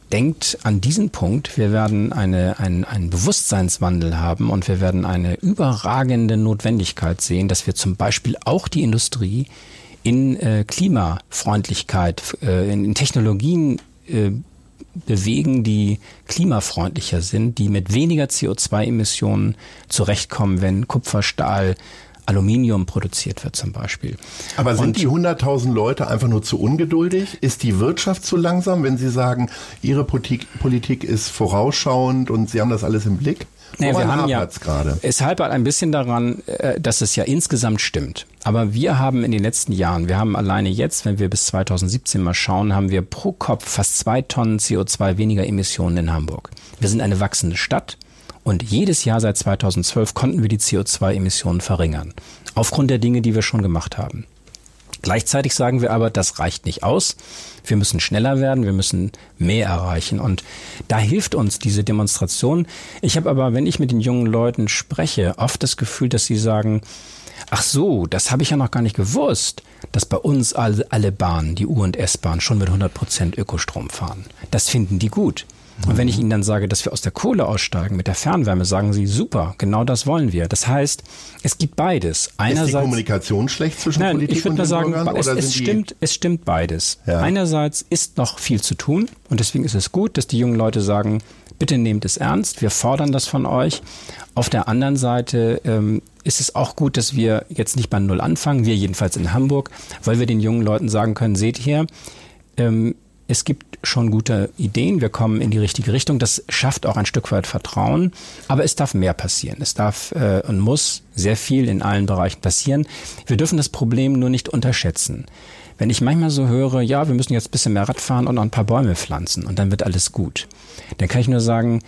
denkt an diesen Punkt, wir werden eine, ein, einen Bewusstseinswandel haben und wir werden eine überragende Notwendigkeit sehen, dass wir zum Beispiel auch die Industrie in äh, Klimafreundlichkeit, äh, in, in Technologien äh, bewegen, die klimafreundlicher sind, die mit weniger C O zwei Emissionen zurechtkommen, wenn Kupfer, Stahl, Aluminium produziert wird zum Beispiel. Aber sind Und die hunderttausend Leute einfach nur zu ungeduldig? Ist die Wirtschaft zu langsam, wenn Sie sagen, Ihre Politik, Politik ist vorausschauend und Sie haben das alles im Blick? Nee, wir haben ja, gerade? Es hapert ein bisschen daran, dass es ja insgesamt stimmt. Aber wir haben in den letzten Jahren, wir haben alleine jetzt, wenn wir bis zweitausendsiebzehn mal schauen, haben wir pro Kopf fast zwei Tonnen C O zwei weniger Emissionen in Hamburg. Wir sind eine wachsende Stadt. Und jedes Jahr seit zweitausendzwölf konnten wir die C O zwei Emissionen verringern. Aufgrund der Dinge, die wir schon gemacht haben. Gleichzeitig sagen wir aber, das reicht nicht aus. Wir müssen schneller werden, wir müssen mehr erreichen. Und da hilft uns diese Demonstration. Ich habe aber, wenn ich mit den jungen Leuten spreche, oft das Gefühl, dass sie sagen, ach so, das habe ich ja noch gar nicht gewusst, dass bei uns alle, alle Bahnen, die U- und S-Bahn, schon mit hundert Prozent Ökostrom fahren. Das finden die gut. Und wenn ich Ihnen dann sage, dass wir aus der Kohle aussteigen mit der Fernwärme, sagen Sie, super, genau das wollen wir. Das heißt, es gibt beides. Einerseits, ist die Kommunikation schlecht zwischen nein, Politik ich würde und mal den sagen, Bürgern? es, Oder es, sind stimmt, es stimmt beides. Ja. Einerseits ist noch viel zu tun und deswegen ist es gut, dass die jungen Leute sagen, bitte nehmt es ernst, wir fordern das von euch. Auf der anderen Seite ähm, ist es auch gut, dass wir jetzt nicht bei Null anfangen, wir jedenfalls in Hamburg, weil wir den jungen Leuten sagen können, seht hier, ähm, es gibt schon gute Ideen, wir kommen in die richtige Richtung. Das schafft auch ein Stück weit Vertrauen, aber es darf mehr passieren. Es darf äh, und muss sehr viel in allen Bereichen passieren. Wir dürfen das Problem nur nicht unterschätzen. Wenn ich manchmal so höre, ja, wir müssen jetzt ein bisschen mehr Rad fahren und noch ein paar Bäume pflanzen und dann wird alles gut, dann kann ich nur sagen,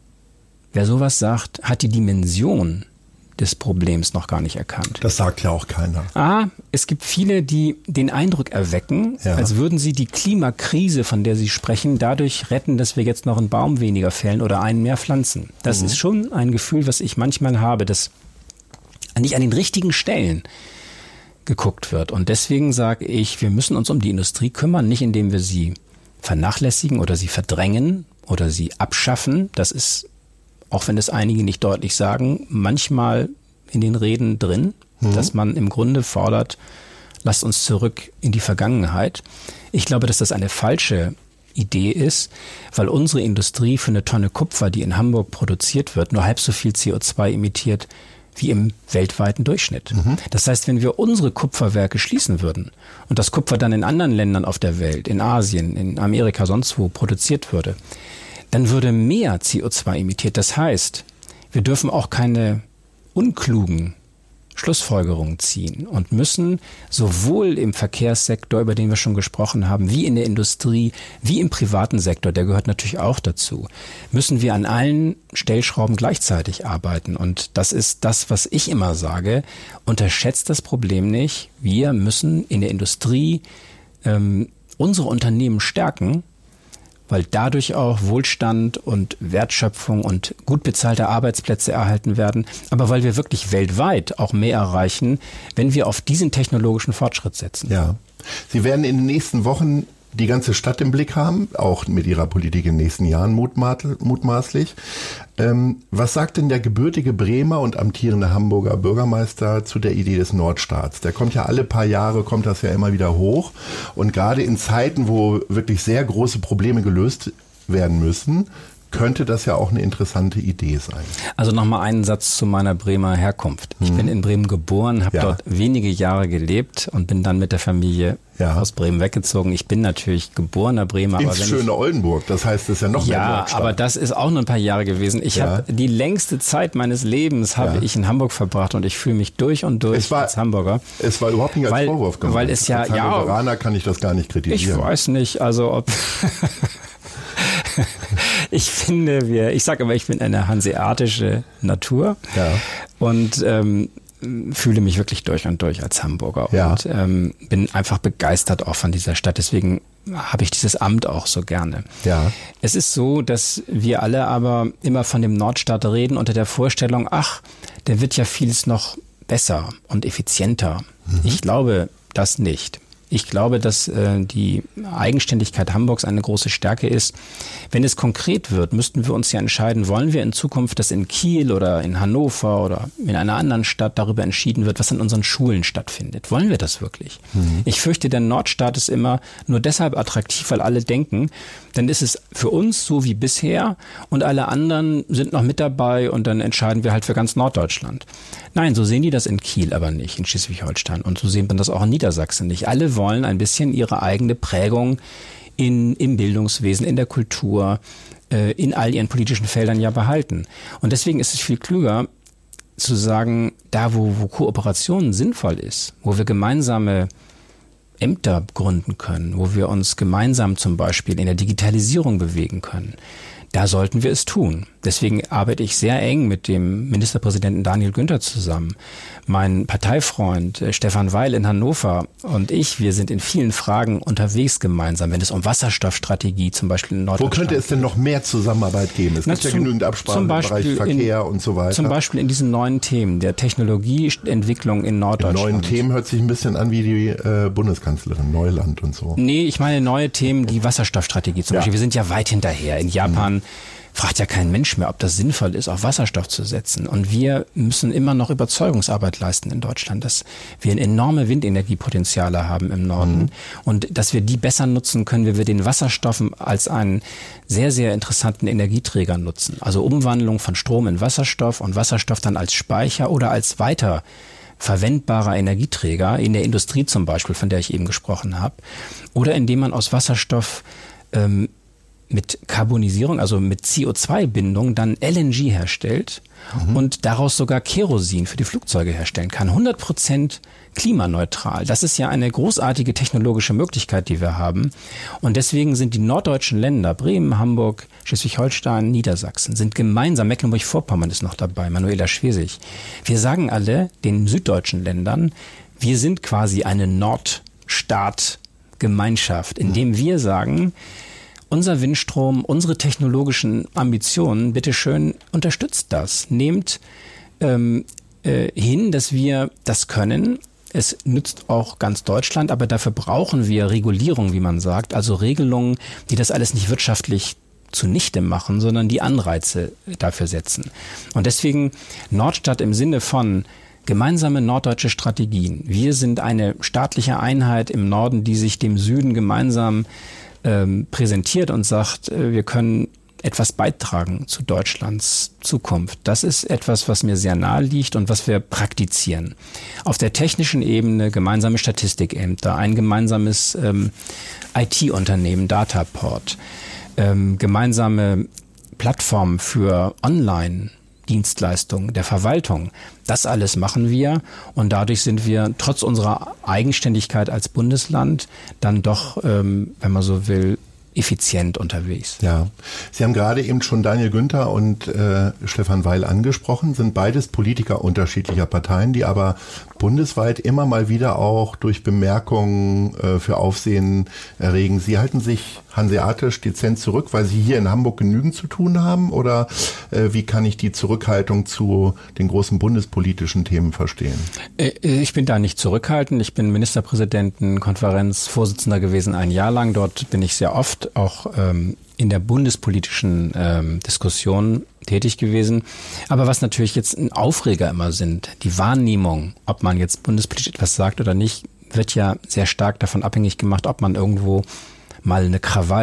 wer sowas sagt, hat die Dimension des Problems noch gar nicht erkannt. Das sagt ja auch keiner. Ah, es gibt viele, die den Eindruck erwecken, ja. als würden sie die Klimakrise, von der sie sprechen, dadurch retten, dass wir jetzt noch einen Baum weniger fällen oder einen mehr pflanzen. Das mhm. ist schon ein Gefühl, was ich manchmal habe, dass nicht an den richtigen Stellen geguckt wird. Und deswegen sage ich, wir müssen uns um die Industrie kümmern, nicht indem wir sie vernachlässigen oder sie verdrängen oder sie abschaffen. Das ist, auch wenn es einige nicht deutlich sagen, manchmal in den Reden drin, mhm. dass man im Grunde fordert, lasst uns zurück in die Vergangenheit. Ich glaube, dass das eine falsche Idee ist, weil unsere Industrie für eine Tonne Kupfer, die in Hamburg produziert wird, nur halb so viel C O zwei emittiert wie im weltweiten Durchschnitt. Mhm. Das heißt, wenn wir unsere Kupferwerke schließen würden und das Kupfer dann in anderen Ländern auf der Welt, in Asien, in Amerika, sonst wo produziert würde, dann würde mehr C O zwei emittiert. Das heißt, wir dürfen auch keine unklugen Schlussfolgerungen ziehen und müssen sowohl im Verkehrssektor, über den wir schon gesprochen haben, wie in der Industrie, wie im privaten Sektor, der gehört natürlich auch dazu, müssen wir an allen Stellschrauben gleichzeitig arbeiten. Und das ist das, was ich immer sage, unterschätzt das Problem nicht. Wir müssen in der Industrie ähm, unsere Unternehmen stärken, weil dadurch auch Wohlstand und Wertschöpfung und gut bezahlte Arbeitsplätze erhalten werden, aber weil wir wirklich weltweit auch mehr erreichen, wenn wir auf diesen technologischen Fortschritt setzen. Ja. Sie werden in den nächsten Wochen die ganze Stadt im Blick haben, auch mit Ihrer Politik in den nächsten Jahren mutmaßlich. Ähm, was sagt denn der gebürtige Bremer und amtierende Hamburger Bürgermeister zu der Idee des Nordstaats? Der kommt ja alle paar Jahre, kommt das ja immer wieder hoch. Und gerade in Zeiten, wo wirklich sehr große Probleme gelöst werden müssen, könnte das ja auch eine interessante Idee sein. Also nochmal einen Satz zu meiner Bremer Herkunft. Ich hm. bin in Bremen geboren, habe ja. dort wenige Jahre gelebt und bin dann mit der Familie ja. aus Bremen weggezogen. Ich bin natürlich geborener Bremer. Ins aber schöne ich, Oldenburg, das heißt, das ist ja noch mehr Ja, Nordstadt. Aber das ist auch nur ein paar Jahre gewesen. Ich ja. habe die längste Zeit meines Lebens habe ja. ich in Hamburg verbracht und ich fühle mich durch und durch war, als Hamburger. Es war überhaupt nicht als weil, Vorwurf gemeint. Weil es ja, als ja, kann ich das gar nicht kritisieren. Ich weiß nicht, also ob... Ich finde, wir, ich sage aber, ich bin eine hanseatische Natur ja. und ähm, fühle mich wirklich durch und durch als Hamburger ja. und ähm, bin einfach begeistert auch von dieser Stadt. Deswegen habe ich dieses Amt auch so gerne. Ja. Es ist so, dass wir alle aber immer von dem Nordstaat reden unter der Vorstellung, ach, der wird ja vieles noch besser und effizienter. Mhm. Ich glaube das nicht. Ich glaube, dass äh, die Eigenständigkeit Hamburgs eine große Stärke ist. Wenn es konkret wird, müssten wir uns ja entscheiden, wollen wir in Zukunft, dass in Kiel oder in Hannover oder in einer anderen Stadt darüber entschieden wird, was an unseren Schulen stattfindet. Wollen wir das wirklich? Mhm. Ich fürchte, der Nordstaat ist immer nur deshalb attraktiv, weil alle denken, dann ist es für uns so wie bisher und alle anderen sind noch mit dabei und dann entscheiden wir halt für ganz Norddeutschland. Nein, so sehen die das in Kiel aber nicht, in Schleswig-Holstein. Und so sehen wir das auch in Niedersachsen nicht. Alle wollen ein bisschen ihre eigene Prägung in, im Bildungswesen, in der Kultur, äh, in all ihren politischen Feldern ja behalten. Und deswegen ist es viel klüger zu sagen, da wo, wo Kooperation sinnvoll ist, wo wir gemeinsame Ämter gründen können, wo wir uns gemeinsam zum Beispiel in der Digitalisierung bewegen können, da sollten wir es tun. Deswegen arbeite ich sehr eng mit dem Ministerpräsidenten Daniel Günther zusammen. Mein Parteifreund äh, Stefan Weil in Hannover und ich, wir sind in vielen Fragen unterwegs gemeinsam, wenn es um Wasserstoffstrategie zum Beispiel in Norddeutschland geht. Wo könnte es denn noch mehr Zusammenarbeit geben? Es Na, gibt zum, ja genügend Absprachen im Bereich Verkehr in, und so weiter. Zum Beispiel in diesen neuen Themen der Technologieentwicklung in Norddeutschland. In neuen Themen hört sich ein bisschen an wie die äh, Bundeskanzlerin Neuland und so. Nee, ich meine neue Themen, die Wasserstoffstrategie zum ja. Beispiel. Wir sind ja weit hinterher. In Japan mhm. fragt ja kein Mensch mehr, ob das sinnvoll ist, auf Wasserstoff zu setzen. Und wir müssen immer noch Überzeugungsarbeit leisten in Deutschland, dass wir enorme Windenergiepotenziale haben im Norden mhm. und dass wir die besser nutzen können, wie wir den Wasserstoff als einen sehr, sehr interessanten Energieträger nutzen. Also Umwandlung von Strom in Wasserstoff und Wasserstoff dann als Speicher oder als weiter verwendbarer Energieträger in der Industrie zum Beispiel, von der ich eben gesprochen habe. Oder indem man aus Wasserstoff ähm, mit Karbonisierung, also mit C O zwei Bindung, dann L N G herstellt mhm. und daraus sogar Kerosin für die Flugzeuge herstellen kann. hundert Prozent klimaneutral. Das ist ja eine großartige technologische Möglichkeit, die wir haben. Und deswegen sind die norddeutschen Länder, Bremen, Hamburg, Schleswig-Holstein, Niedersachsen, sind gemeinsam, Mecklenburg-Vorpommern ist noch dabei, Manuela Schwesig. Wir sagen alle den süddeutschen Ländern, wir sind quasi eine Nordstaat-Gemeinschaft, indem wir sagen, unser Windstrom, unsere technologischen Ambitionen, bitteschön, unterstützt das. Nehmt ähm, äh, hin, dass wir das können. Es nützt auch ganz Deutschland, aber dafür brauchen wir Regulierung, wie man sagt, also Regelungen, die das alles nicht wirtschaftlich zunichte machen, sondern die Anreize dafür setzen. Und deswegen Nordstadt im Sinne von gemeinsame norddeutsche Strategien. Wir sind eine staatliche Einheit im Norden, die sich dem Süden gemeinsam Ähm, präsentiert und sagt, äh, wir können etwas beitragen zu Deutschlands Zukunft. Das ist etwas, was mir sehr nahe liegt und was wir praktizieren. Auf der technischen Ebene gemeinsame Statistikämter, ein gemeinsames ähm, I T-Unternehmen, Dataport, ähm, gemeinsame Plattformen für Online- Dienstleistungen der Verwaltung. Das alles machen wir und dadurch sind wir trotz unserer Eigenständigkeit als Bundesland dann doch, ähm, wenn man so will, effizient unterwegs. Ja, Sie haben gerade eben schon Daniel Günther und äh, Stefan Weil angesprochen, sind beides Politiker unterschiedlicher Parteien, die aber bundesweit immer mal wieder auch durch Bemerkungen äh, für Aufsehen erregen. Sie halten sich hanseatisch dezent zurück, weil Sie hier in Hamburg genügend zu tun haben? Oder äh, wie kann ich die Zurückhaltung zu den großen bundespolitischen Themen verstehen? Ich bin da nicht zurückhaltend. Ich bin Ministerpräsidentenkonferenz Vorsitzender gewesen ein Jahr lang. Dort bin ich sehr oft auch ähm, in der bundespolitischen ähm, Diskussion tätig gewesen. Aber was natürlich jetzt ein Aufreger immer sind, die Wahrnehmung, ob man jetzt bundespolitisch etwas sagt oder nicht, wird ja sehr stark davon abhängig gemacht, ob man irgendwo mal eine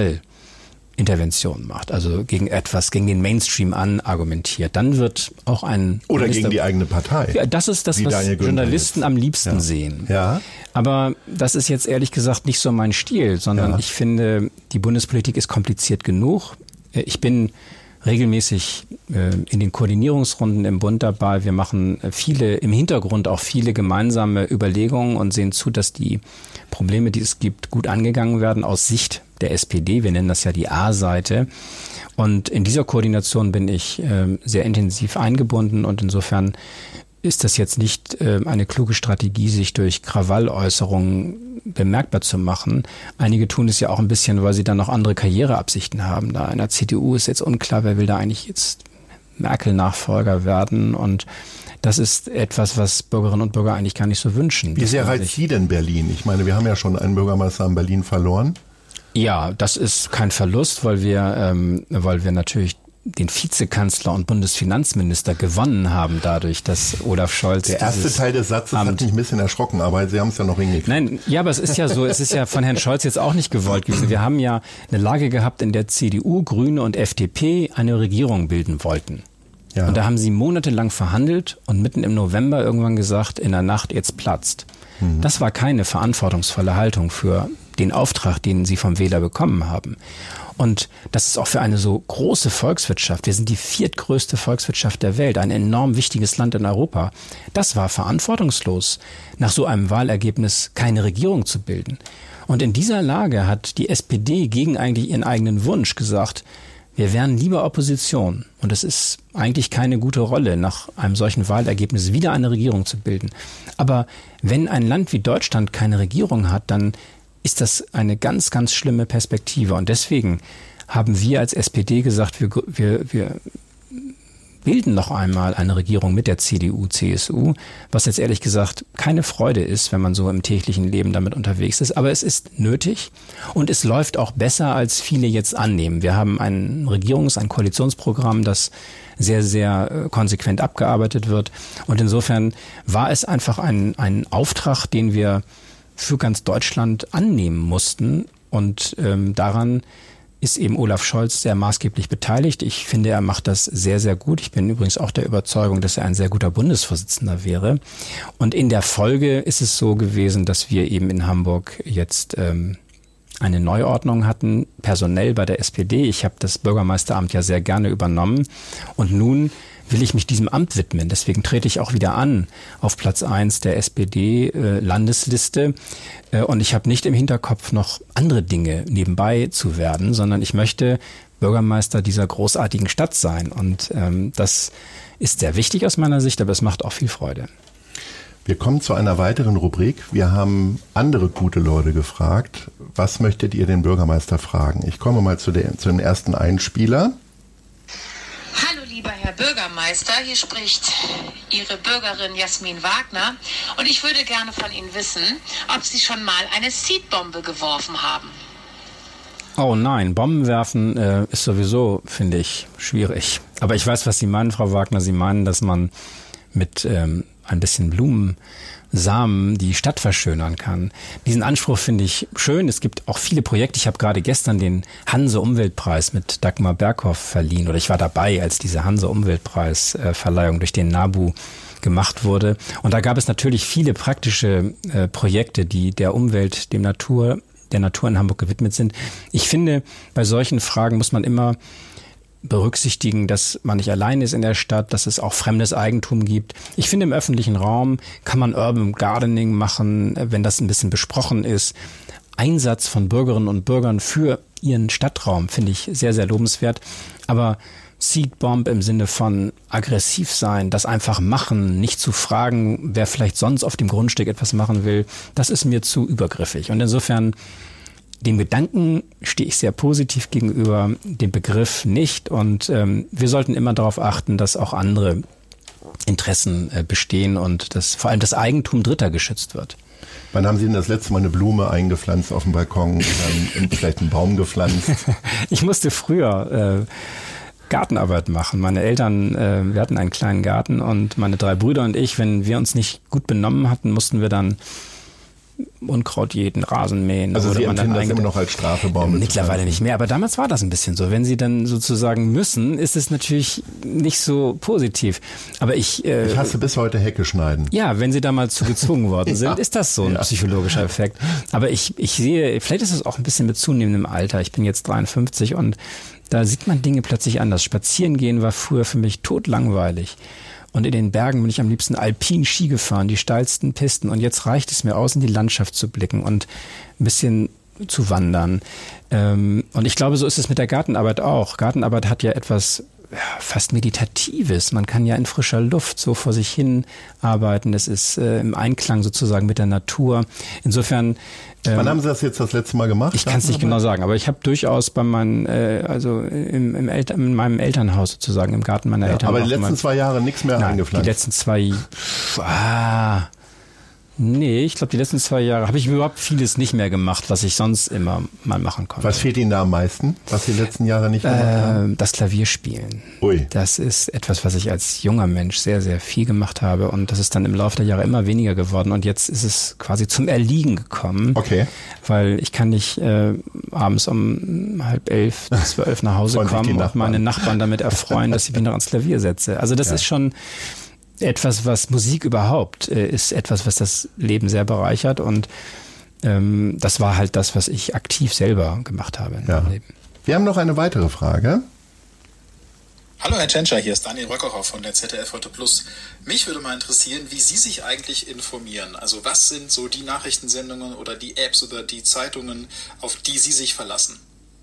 Krawallintervention macht, also gegen etwas, gegen den Mainstream an argumentiert. Dann wird auch ein... Oder Minister, gegen die eigene Partei. Ja, das ist das, was Journalisten am liebsten ja. sehen. Ja. Aber das ist jetzt ehrlich gesagt nicht so mein Stil, sondern ja. ich finde, die Bundespolitik ist kompliziert genug. Ich bin regelmäßig äh, in den Koordinierungsrunden im Bund dabei. Wir machen viele, im Hintergrund auch viele gemeinsame Überlegungen und sehen zu, dass die Probleme, die es gibt, gut angegangen werden aus Sicht der S P D. Wir nennen das ja die A-Seite. Und in dieser Koordination bin ich äh, sehr intensiv eingebunden und insofern ist das jetzt nicht äh, eine kluge Strategie, sich durch Krawalläußerungen bemerkbar zu machen. Einige tun es ja auch ein bisschen, weil sie dann noch andere Karriereabsichten haben. Da in der C D U ist jetzt unklar, wer will da eigentlich jetzt Merkel-Nachfolger werden. Und das ist etwas, was Bürgerinnen und Bürger eigentlich gar nicht so wünschen. Wie sehr reizt Sie denn Berlin? Ich meine, wir haben ja schon einen Bürgermeister in Berlin verloren. Ja, das ist kein Verlust, weil wir, ähm, weil wir natürlich den Vizekanzler und Bundesfinanzminister gewonnen haben dadurch, dass Olaf Scholz... Der erste Teil des Satzes Amt hat mich ein bisschen erschrocken, aber Sie haben es ja noch hingekriegt. Nein, ja, aber es ist ja so, es ist ja von Herrn Scholz jetzt auch nicht gewollt gewesen. Wir haben ja eine Lage gehabt, in der C D U, Grüne und F D P eine Regierung bilden wollten. Ja. Und da haben sie monatelang verhandelt und mitten im November irgendwann gesagt, in der Nacht jetzt platzt. Mhm. Das war keine verantwortungsvolle Haltung für den Auftrag, den sie vom Wähler bekommen haben. Und das ist auch für eine so große Volkswirtschaft. Wir sind die viertgrößte Volkswirtschaft der Welt, ein enorm wichtiges Land in Europa. Das war verantwortungslos, nach so einem Wahlergebnis keine Regierung zu bilden. Und in dieser Lage hat die S P D gegen eigentlich ihren eigenen Wunsch gesagt, wir wären lieber Opposition. Und es ist eigentlich keine gute Rolle, nach einem solchen Wahlergebnis wieder eine Regierung zu bilden. Aber wenn ein Land wie Deutschland keine Regierung hat, dann ist das eine ganz, ganz schlimme Perspektive. Und deswegen haben wir als S P D gesagt, wir, wir, wir bilden noch einmal eine Regierung mit der C D U, C S U, was jetzt ehrlich gesagt keine Freude ist, wenn man so im täglichen Leben damit unterwegs ist. Aber es ist nötig und es läuft auch besser, als viele jetzt annehmen. Wir haben ein Regierungs-, ein Koalitionsprogramm, das sehr, sehr konsequent abgearbeitet wird. Und insofern war es einfach ein, ein Auftrag, den wir für ganz Deutschland annehmen mussten. Und ähm, daran ist eben Olaf Scholz sehr maßgeblich beteiligt. Ich finde, er macht das sehr, sehr gut. Ich bin übrigens auch der Überzeugung, dass er ein sehr guter Bundesvorsitzender wäre. Und in der Folge ist es so gewesen, dass wir eben in Hamburg jetzt ähm, eine Neuordnung hatten, personell bei der S P D. Ich habe das Bürgermeisteramt ja sehr gerne übernommen. Und nun will ich mich diesem Amt widmen. Deswegen trete ich auch wieder an auf Platz eins der S P D-Landesliste. Äh, und ich habe nicht im Hinterkopf, noch andere Dinge nebenbei zu werden, sondern ich möchte Bürgermeister dieser großartigen Stadt sein. Und ähm, das ist sehr wichtig aus meiner Sicht, aber es macht auch viel Freude. Wir kommen zu einer weiteren Rubrik. Wir haben andere gute Leute gefragt. Was möchtet ihr den Bürgermeister fragen? Ich komme mal zu, der, zu dem ersten Einspieler. Lieber Herr Bürgermeister, hier spricht Ihre Bürgerin Jasmin Wagner und ich würde gerne von Ihnen wissen, ob Sie schon mal eine Seedbombe geworfen haben. Oh nein, Bomben werfen äh, ist sowieso, finde ich, schwierig. Aber ich weiß, was Sie meinen, Frau Wagner. Sie meinen, dass man mit ähm, ein bisschen Blumensamen die Stadt verschönern kann. Diesen Anspruch finde ich schön. Es gibt auch viele Projekte. Ich habe gerade gestern den Hanse-Umweltpreis mit Dagmar Berghoff verliehen. Oder ich war dabei, als diese Hanse-Umweltpreis-Verleihung durch den NABU gemacht wurde. Und da gab es natürlich viele praktische äh, Projekte, die der Umwelt, dem Natur, der Natur in Hamburg gewidmet sind. Ich finde, bei solchen Fragen muss man immer berücksichtigen, dass man nicht allein ist in der Stadt, dass es auch fremdes Eigentum gibt. Ich finde, im öffentlichen Raum kann man Urban Gardening machen, wenn das ein bisschen besprochen ist. Einsatz von Bürgerinnen und Bürgern für ihren Stadtraum finde ich sehr, sehr lobenswert. Aber Seedbomb im Sinne von aggressiv sein, das einfach machen, nicht zu fragen, wer vielleicht sonst auf dem Grundstück etwas machen will, das ist mir zu übergriffig. Und insofern dem Gedanken stehe ich sehr positiv gegenüber, dem Begriff nicht. Und ähm, wir sollten immer darauf achten, dass auch andere Interessen äh, bestehen und dass vor allem das Eigentum Dritter geschützt wird. Wann haben Sie denn das letzte Mal eine Blume eingepflanzt auf dem Balkon oder vielleicht einen Baum gepflanzt? Ich musste früher äh, Gartenarbeit machen. Meine Eltern, äh, wir hatten einen kleinen Garten und meine drei Brüder und ich, wenn wir uns nicht gut benommen hatten, mussten wir dann Unkraut jeden, Rasen mähen. Also oder Sie man empfinden dann das immer noch als Strafe, Bäume Mittlerweile nicht mehr, aber damals war das ein bisschen so. Wenn Sie dann sozusagen müssen, ist es natürlich nicht so positiv. Aber ich... Äh, ich hasse bis heute Hecke schneiden. Ja, wenn Sie damals zu gezwungen worden sind, ja. Ist das so ein ja. psychologischer Effekt. Aber ich, ich sehe, vielleicht ist es auch ein bisschen mit zunehmendem Alter. Ich bin jetzt dreiundfünfzig und da sieht man Dinge plötzlich anders. Spazieren gehen war früher für mich totlangweilig. Und in den Bergen bin ich am liebsten alpin Ski gefahren, die steilsten Pisten. Und jetzt reicht es mir aus, in die Landschaft zu blicken und ein bisschen zu wandern. Und ich glaube, so ist es mit der Gartenarbeit auch. Gartenarbeit hat ja etwas ja, fast Meditatives. Man kann ja in frischer Luft so vor sich hin arbeiten. Das ist äh, im Einklang sozusagen mit der Natur. Insofern. Ähm, Wann haben Sie das jetzt das letzte Mal gemacht? Ich kann es nicht genau sagen, aber ich habe durchaus bei meinen, äh, also im, im El- in meinem Elternhaus sozusagen, im Garten meiner ja, Eltern. Aber die letzten mein, zwei Jahre nichts mehr nein, eingepflanzt? Die letzten zwei, pff, ah, nee, ich glaube, die letzten zwei Jahre habe ich überhaupt vieles nicht mehr gemacht, was ich sonst immer mal machen konnte. Was fehlt Ihnen da am meisten, was Sie die letzten Jahre nicht gemacht äh, haben? Das Klavierspielen. Ui. Das ist etwas, was ich als junger Mensch sehr, sehr viel gemacht habe und das ist dann im Laufe der Jahre immer weniger geworden und jetzt ist es quasi zum Erliegen gekommen. Okay. Weil ich kann nicht äh, abends um halb elf, zwölf nach Hause kommen und meine Nachbarn damit erfreuen, dass ich mich noch ans Klavier setze. Also das ja. ist schon etwas, was Musik überhaupt äh, ist, etwas, was das Leben sehr bereichert und ähm, das war halt das, was ich aktiv selber gemacht habe in ja. meinem Leben. Wir haben noch eine weitere Frage. Hallo Herr Tschentscher, hier ist Daniel Röckerer von der Z D F Heute Plus. Mich würde mal interessieren, wie Sie sich eigentlich informieren. Also was sind so die Nachrichtensendungen oder die Apps oder die Zeitungen, auf die Sie sich verlassen?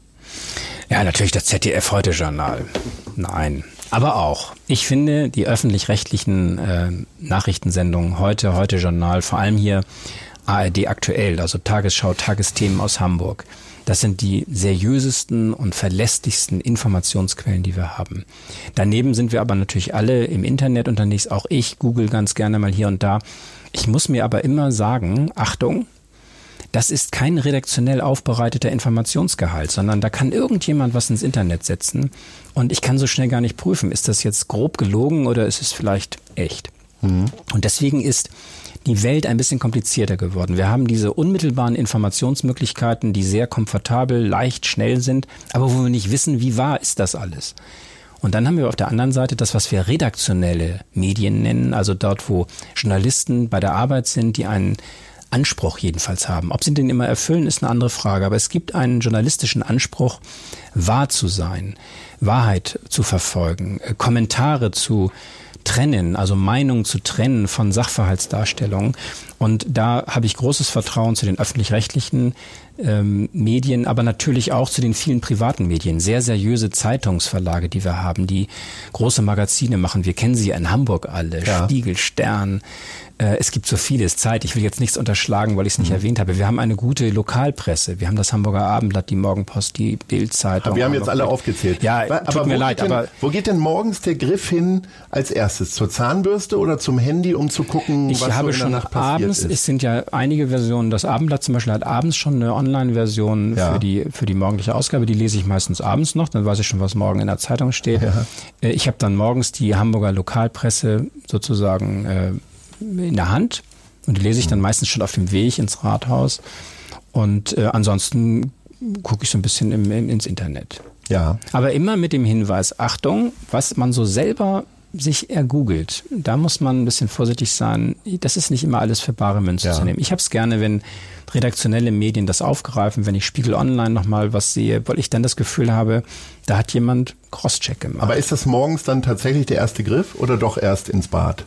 Ja, natürlich das Z D F Heute Journal. Nein. Aber auch. Ich finde die öffentlich-rechtlichen äh, Nachrichtensendungen heute, heute Journal, vor allem hier A R D aktuell, also Tagesschau, Tagesthemen aus Hamburg. Das sind die seriösesten und verlässlichsten Informationsquellen, die wir haben. Daneben sind wir aber natürlich alle im Internet unterwegs, auch ich google ganz gerne mal hier und da. Ich muss mir aber immer sagen, Achtung, das ist kein redaktionell aufbereiteter Informationsgehalt, sondern da kann irgendjemand was ins Internet setzen und ich kann so schnell gar nicht prüfen, ist das jetzt grob gelogen oder ist es vielleicht echt? Mhm. Und deswegen ist die Welt ein bisschen komplizierter geworden. Wir haben diese unmittelbaren Informationsmöglichkeiten, die sehr komfortabel, leicht, schnell sind, aber wo wir nicht wissen, wie wahr ist das alles. Und dann haben wir auf der anderen Seite das, was wir redaktionelle Medien nennen, also dort, wo Journalisten bei der Arbeit sind, die einen Anspruch jedenfalls haben. Ob sie den immer erfüllen, ist eine andere Frage. Aber es gibt einen journalistischen Anspruch, wahr zu sein, Wahrheit zu verfolgen, Kommentare zu trennen, also Meinungen zu trennen von Sachverhaltsdarstellungen. Und da habe ich großes Vertrauen zu den öffentlich-rechtlichen ähm, Medien, aber natürlich auch zu den vielen privaten Medien. Sehr seriöse Zeitungsverlage, die wir haben, die große Magazine machen. Wir kennen sie in Hamburg alle. Ja. Spiegel, Stern. Äh, es gibt so vieles. Zeit. Ich will jetzt nichts unterschlagen, weil ich es nicht mhm. erwähnt habe. Wir haben eine gute Lokalpresse. Wir haben das Hamburger Abendblatt, die Morgenpost, die Bild-Zeitung. Aber wir haben Hamburg jetzt alle aufgezählt. Ja, aber tut mir leid. Denn, aber wo geht denn morgens der Griff hin als erstes? Zur Zahnbürste oder zum Handy, um zu gucken, ich was habe so in schon der Nacht passiert abends, ist? Es sind ja einige Versionen. Das Abendblatt zum Beispiel hat abends schon eine Online-Version ja. für die für die morgendliche Ausgabe. Die lese ich meistens abends noch. Dann weiß ich schon, was morgen in der Zeitung steht. Ja. Ich habe dann morgens die Hamburger Lokalpresse sozusagen äh, in der Hand. Und die lese ich dann meistens schon auf dem Weg ins Rathaus. Und äh, ansonsten gucke ich so ein bisschen im, im, ins Internet. Ja. Aber immer mit dem Hinweis, Achtung, was man so selber sich ergoogelt, da muss man ein bisschen vorsichtig sein. Das ist nicht immer alles für bare Münze ja. zu nehmen. Ich habe es gerne, wenn redaktionelle Medien das aufgreifen, wenn ich Spiegel Online nochmal was sehe, weil ich dann das Gefühl habe, da hat jemand Crosscheck gemacht. Aber ist das morgens dann tatsächlich der erste Griff oder doch erst ins Bad?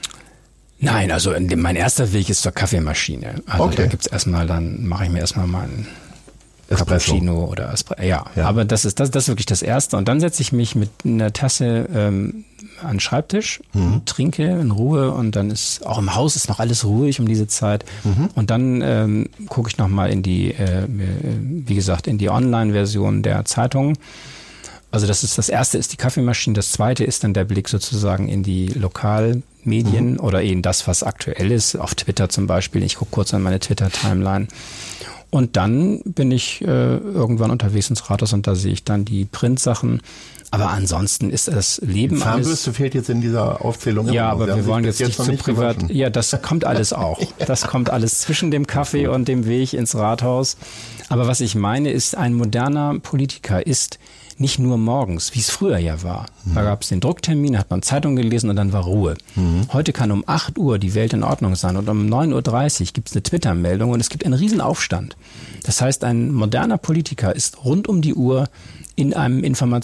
Nein, also mein erster Weg ist zur Kaffeemaschine. Also okay. da gibt's erstmal, dann mache ich mir erstmal mal einen Espresso. Cappuccino oder Espresso. Ja, ja, aber das ist das, das ist wirklich das Erste. Und dann setze ich mich mit einer Tasse ähm, an den Schreibtisch, mhm. trinke in Ruhe und dann ist auch im Haus ist noch alles ruhig um diese Zeit. Mhm. Und dann ähm, gucke ich nochmal in die, äh, wie gesagt, in die Online-Version der Zeitung. Also das ist das Erste ist die Kaffeemaschine, das Zweite ist dann der Blick sozusagen in die Lokalmedien mhm. oder eben das, was aktuell ist, auf Twitter zum Beispiel. Ich gucke kurz an meine Twitter-Timeline. Und dann bin ich äh, irgendwann unterwegs ins Rathaus und da sehe ich dann die Printsachen. Aber ansonsten ist das Leben die Zahnbürste alles... fehlt jetzt in dieser Aufzählung. Ja, aber wir wollen jetzt, jetzt nicht zu nicht privat... gewaschen. Ja, das kommt alles auch. Das kommt alles zwischen dem Kaffee und dem Weg ins Rathaus. Aber was ich meine ist, ein moderner Politiker ist nicht nur morgens, wie es früher ja war. Mhm. Da gab es den Drucktermin, hat man Zeitung gelesen und dann war Ruhe. Mhm. Heute kann um acht Uhr die Welt in Ordnung sein und um neun Uhr dreißig gibt es eine Twitter-Meldung und es gibt einen riesen Aufstand. Das heißt, ein moderner Politiker ist rund um die Uhr in einem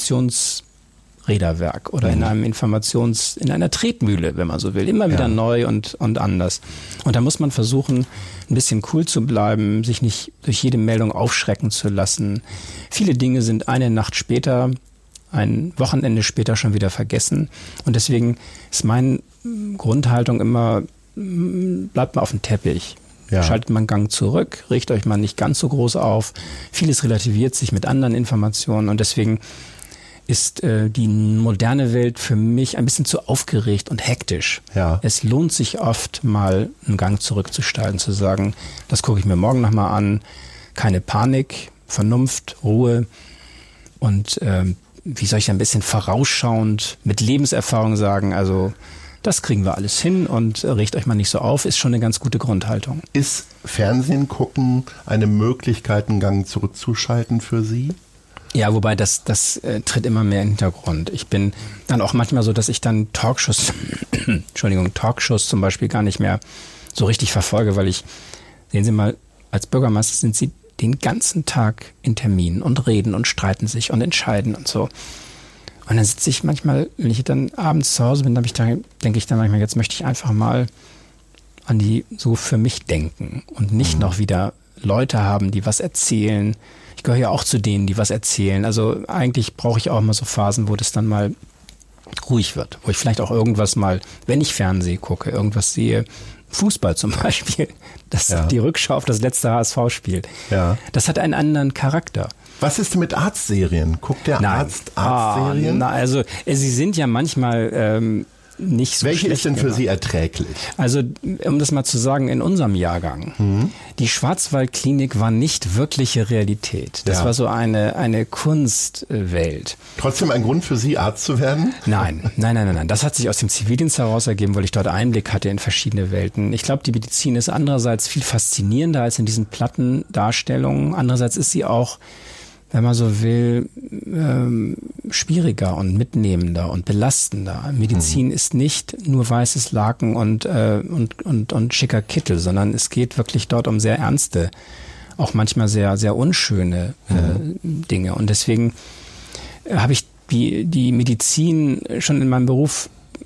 Informationsräderwerk oder mhm. in einem Informations-, in einer Tretmühle, wenn man so will. Immer wieder ja. neu und, und anders. Und da muss man versuchen, ein bisschen cool zu bleiben, sich nicht durch jede Meldung aufschrecken zu lassen. Viele Dinge sind eine Nacht später ein Wochenende später schon wieder vergessen. Und deswegen ist meine Grundhaltung immer, bleibt mal auf dem Teppich. Ja. Schaltet mal einen Gang zurück, richtet euch mal nicht ganz so groß auf. Vieles relativiert sich mit anderen Informationen und deswegen ist äh, die moderne Welt für mich ein bisschen zu aufgeregt und hektisch. Ja. Es lohnt sich oft mal einen Gang zurückzusteigen, zu sagen, das gucke ich mir morgen nochmal an. Keine Panik, Vernunft, Ruhe und ähm, wie soll ich ein bisschen vorausschauend mit Lebenserfahrung sagen, also das kriegen wir alles hin und regt euch mal nicht so auf, ist schon eine ganz gute Grundhaltung. Ist Fernsehen gucken eine Möglichkeit, einen Gang zurückzuschalten für Sie? Ja, wobei das, das äh, tritt immer mehr in den Hintergrund. Ich bin dann auch manchmal so, dass ich dann Talkshows, Entschuldigung, Talkshows zum Beispiel gar nicht mehr so richtig verfolge, weil ich, sehen Sie mal, als Bürgermeister sind Sie den ganzen Tag in Terminen und reden und streiten sich und entscheiden und so. Und dann sitze ich manchmal, wenn ich dann abends zu Hause bin, dann ich da, denke ich dann manchmal, jetzt möchte ich einfach mal an die so für mich denken und nicht mhm. noch wieder Leute haben, die was erzählen. Ich gehöre ja auch zu denen, die was erzählen. Also eigentlich brauche ich auch mal so Phasen, wo das dann mal ruhig wird, wo ich vielleicht auch irgendwas mal, wenn ich Fernsehen gucke, irgendwas sehe, Fußball zum Beispiel, das ja. die Rückschau auf das letzte H S V-Spiel. Ja. Das hat einen anderen Charakter. Was ist denn mit Arztserien? Guckt der Nein. Arzt Arztserien? Ah, na, also sie sind ja manchmal ähm, nicht so Welche ist denn für gemacht. Sie erträglich? Also um das mal zu sagen, in unserem Jahrgang, mhm. die Schwarzwaldklinik war nicht wirkliche Realität. Das ja. war so eine, eine Kunstwelt. Trotzdem ein Grund für Sie, Arzt zu werden? Nein, nein, nein, nein, nein. Das hat sich aus dem Zivildienst heraus ergeben, weil ich dort Einblick hatte in verschiedene Welten. Ich glaube, die Medizin ist andererseits viel faszinierender als in diesen platten Darstellungen. Andererseits ist sie auch, wenn man so will, ähm, schwieriger und mitnehmender und belastender. Medizin mhm. ist nicht nur weißes Laken und, äh, und, und, und schicker Kittel, sondern es geht wirklich dort um sehr ernste, auch manchmal sehr, sehr unschöne äh, mhm. Dinge. Und deswegen habe ich die, die Medizin schon in meinem Beruf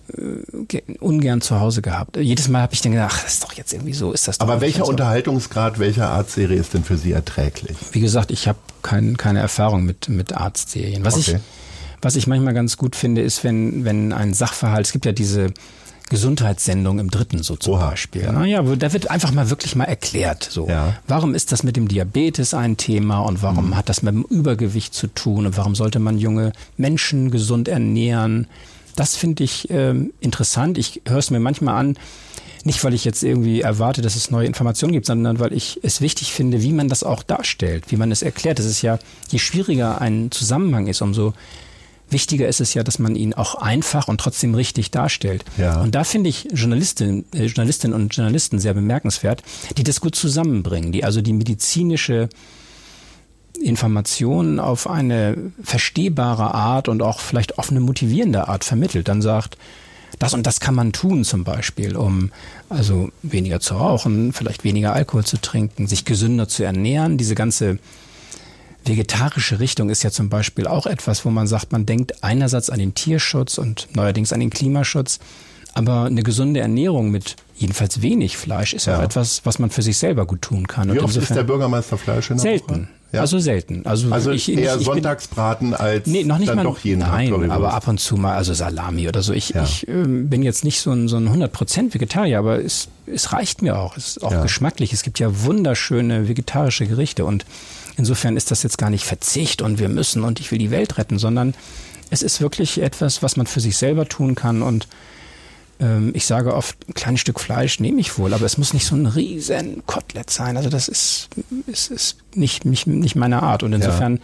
ungern zu Hause gehabt. Jedes Mal habe ich dann gedacht, ach, das ist doch jetzt irgendwie so, ist das doch. Aber welcher so. Unterhaltungsgrad, welcher Arztserie ist denn für Sie erträglich? Wie gesagt, ich habe kein, keine Erfahrung mit, mit Arztserien. Was okay. ich, was ich manchmal ganz gut finde, ist, wenn, wenn ein Sachverhalt, es gibt ja diese Gesundheitssendung im Dritten so zum Oha, Beispiel. Ja. Naja, da wird einfach mal wirklich mal erklärt, so. Ja. Warum ist das mit dem Diabetes ein Thema und warum mhm. hat das mit dem Übergewicht zu tun und warum sollte man junge Menschen gesund ernähren? Das finde ich ähm, interessant. Ich höre es mir manchmal an, nicht weil ich jetzt irgendwie erwarte, dass es neue Informationen gibt, sondern weil ich es wichtig finde, wie man das auch darstellt, wie man es erklärt. Das ist ja, je schwieriger ein Zusammenhang ist, umso wichtiger ist es ja, dass man ihn auch einfach und trotzdem richtig darstellt. Ja. Und da finde ich Journalistinnen, äh, Journalistinnen und Journalisten sehr bemerkenswert, die das gut zusammenbringen, die also die medizinische Informationen auf eine verstehbare Art und auch vielleicht offene, motivierende Art vermittelt. Dann sagt, das und das kann man tun zum Beispiel, um also weniger zu rauchen, vielleicht weniger Alkohol zu trinken, sich gesünder zu ernähren. Diese ganze vegetarische Richtung ist ja zum Beispiel auch etwas, wo man sagt, man denkt einerseits an den Tierschutz und neuerdings an den Klimaschutz, aber eine gesunde Ernährung mit jedenfalls wenig Fleisch ist ja auch etwas, was man für sich selber gut tun kann. Wie und oft ist der Bürgermeister Fleisch in der Selten. Woche? Ja. Also selten. Also, also ich, eher ich, ich Sonntagsbraten als nee, noch nicht dann mal, doch jeden nein, Tag. Nein, aber ab und zu mal, also Salami oder so. Ich, ja. ich ähm, bin jetzt nicht so ein, so ein hundert Prozent Vegetarier, aber es, es reicht mir auch. Es ist auch ja. geschmacklich. Es gibt ja wunderschöne vegetarische Gerichte und insofern ist das jetzt gar nicht Verzicht und wir müssen und ich will die Welt retten, sondern es ist wirklich etwas, was man für sich selber tun kann und ich sage oft, ein kleines Stück Fleisch nehme ich wohl, aber es muss nicht so ein riesen Kotelett sein. Also das ist, ist, ist nicht, nicht, nicht meine Art. Und insofern,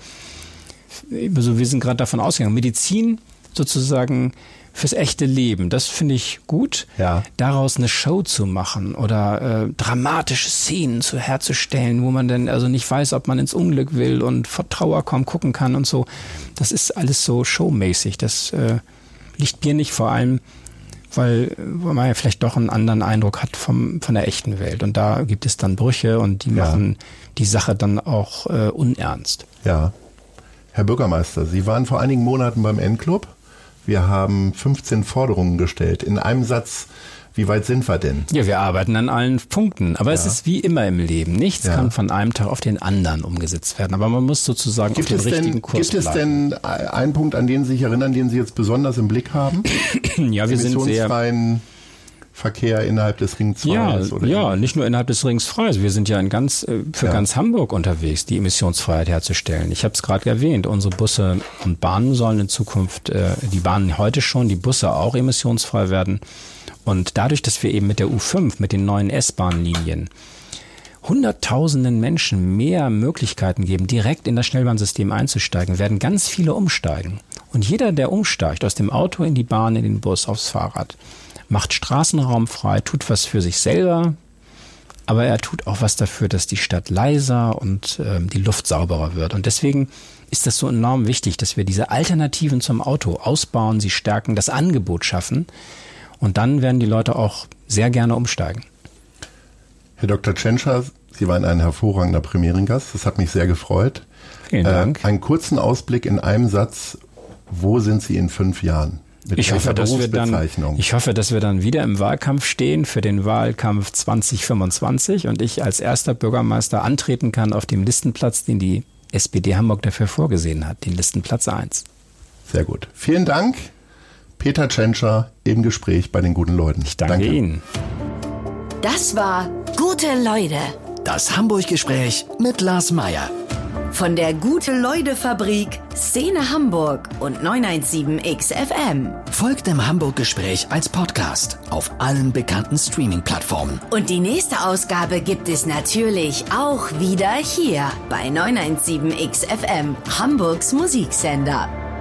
ja. also wir sind gerade davon ausgegangen, Medizin sozusagen fürs echte Leben, das finde ich gut. Ja. Daraus eine Show zu machen oder äh, dramatische Szenen zu herzustellen, wo man dann also nicht weiß, ob man ins Unglück will und vor Trauer kaum gucken kann und so. Das ist alles so showmäßig. Das äh, liegt mir nicht, vor allem weil man ja vielleicht doch einen anderen Eindruck hat vom, von der echten Welt. Und da gibt es dann Brüche und die ja. machen die Sache dann auch äh, unernst. Ja. Herr Bürgermeister, Sie waren vor einigen Monaten beim N-Club. Wir haben fünfzehn Forderungen gestellt. In einem Satz Wie weit sind wir denn? Ja, wir arbeiten an allen Punkten. Aber ja. es ist wie immer im Leben. Nichts ja. kann von einem Tag auf den anderen umgesetzt werden. Aber man muss sozusagen gibt auf den richtigen denn, Kurs Gibt bleiben. es denn einen Punkt, an den Sie sich erinnern, den Sie jetzt besonders im Blick haben? Ja, wir sind sehr... Verkehr innerhalb des Ring zwei. Ja, oder ja, nicht nur innerhalb des Rings zwei. Wir sind ja in ganz, für ja. ganz Hamburg unterwegs, die Emissionsfreiheit herzustellen. Ich habe es gerade erwähnt, unsere Busse und Bahnen sollen in Zukunft, die Bahnen heute schon, die Busse auch emissionsfrei werden. Und dadurch, dass wir eben mit der U fünf, mit den neuen S-Bahn-Linien, hunderttausenden Menschen mehr Möglichkeiten geben, direkt in das Schnellbahnsystem einzusteigen, werden ganz viele umsteigen. Und jeder, der umsteigt, aus dem Auto in die Bahn, in den Bus, aufs Fahrrad, macht Straßenraum frei, tut was für sich selber, aber er tut auch was dafür, dass die Stadt leiser und äh, die Luft sauberer wird. Und deswegen ist das so enorm wichtig, dass wir diese Alternativen zum Auto ausbauen, sie stärken, das Angebot schaffen und dann werden die Leute auch sehr gerne umsteigen. Herr Doktor Tschentscher, Sie waren ein hervorragender Premierengast, das hat mich sehr gefreut. Vielen Dank. Äh, einen kurzen Ausblick in einem Satz, wo sind Sie in fünf Jahren? Mit ich hoffe, dass wir dann, ich hoffe, dass wir dann wieder im Wahlkampf stehen für den Wahlkampf zwanzig fünfundzwanzig und ich als erster Bürgermeister antreten kann auf dem Listenplatz, den die S P D Hamburg dafür vorgesehen hat, den Listenplatz eins. Sehr gut. Vielen Dank, Peter Tschentscher im Gespräch bei den guten Leuten. Ich danke, danke Ihnen. Das war Gute Leute. Das Hamburg-Gespräch mit Lars Meier. Von der Gute-Leute-Fabrik, Szene Hamburg und neunhundertsieben X F M. Folgt dem Hamburg-Gespräch als Podcast auf allen bekannten Streaming-Plattformen. Und die nächste Ausgabe gibt es natürlich auch wieder hier bei neunhundertsieben X F M, Hamburgs Musiksender.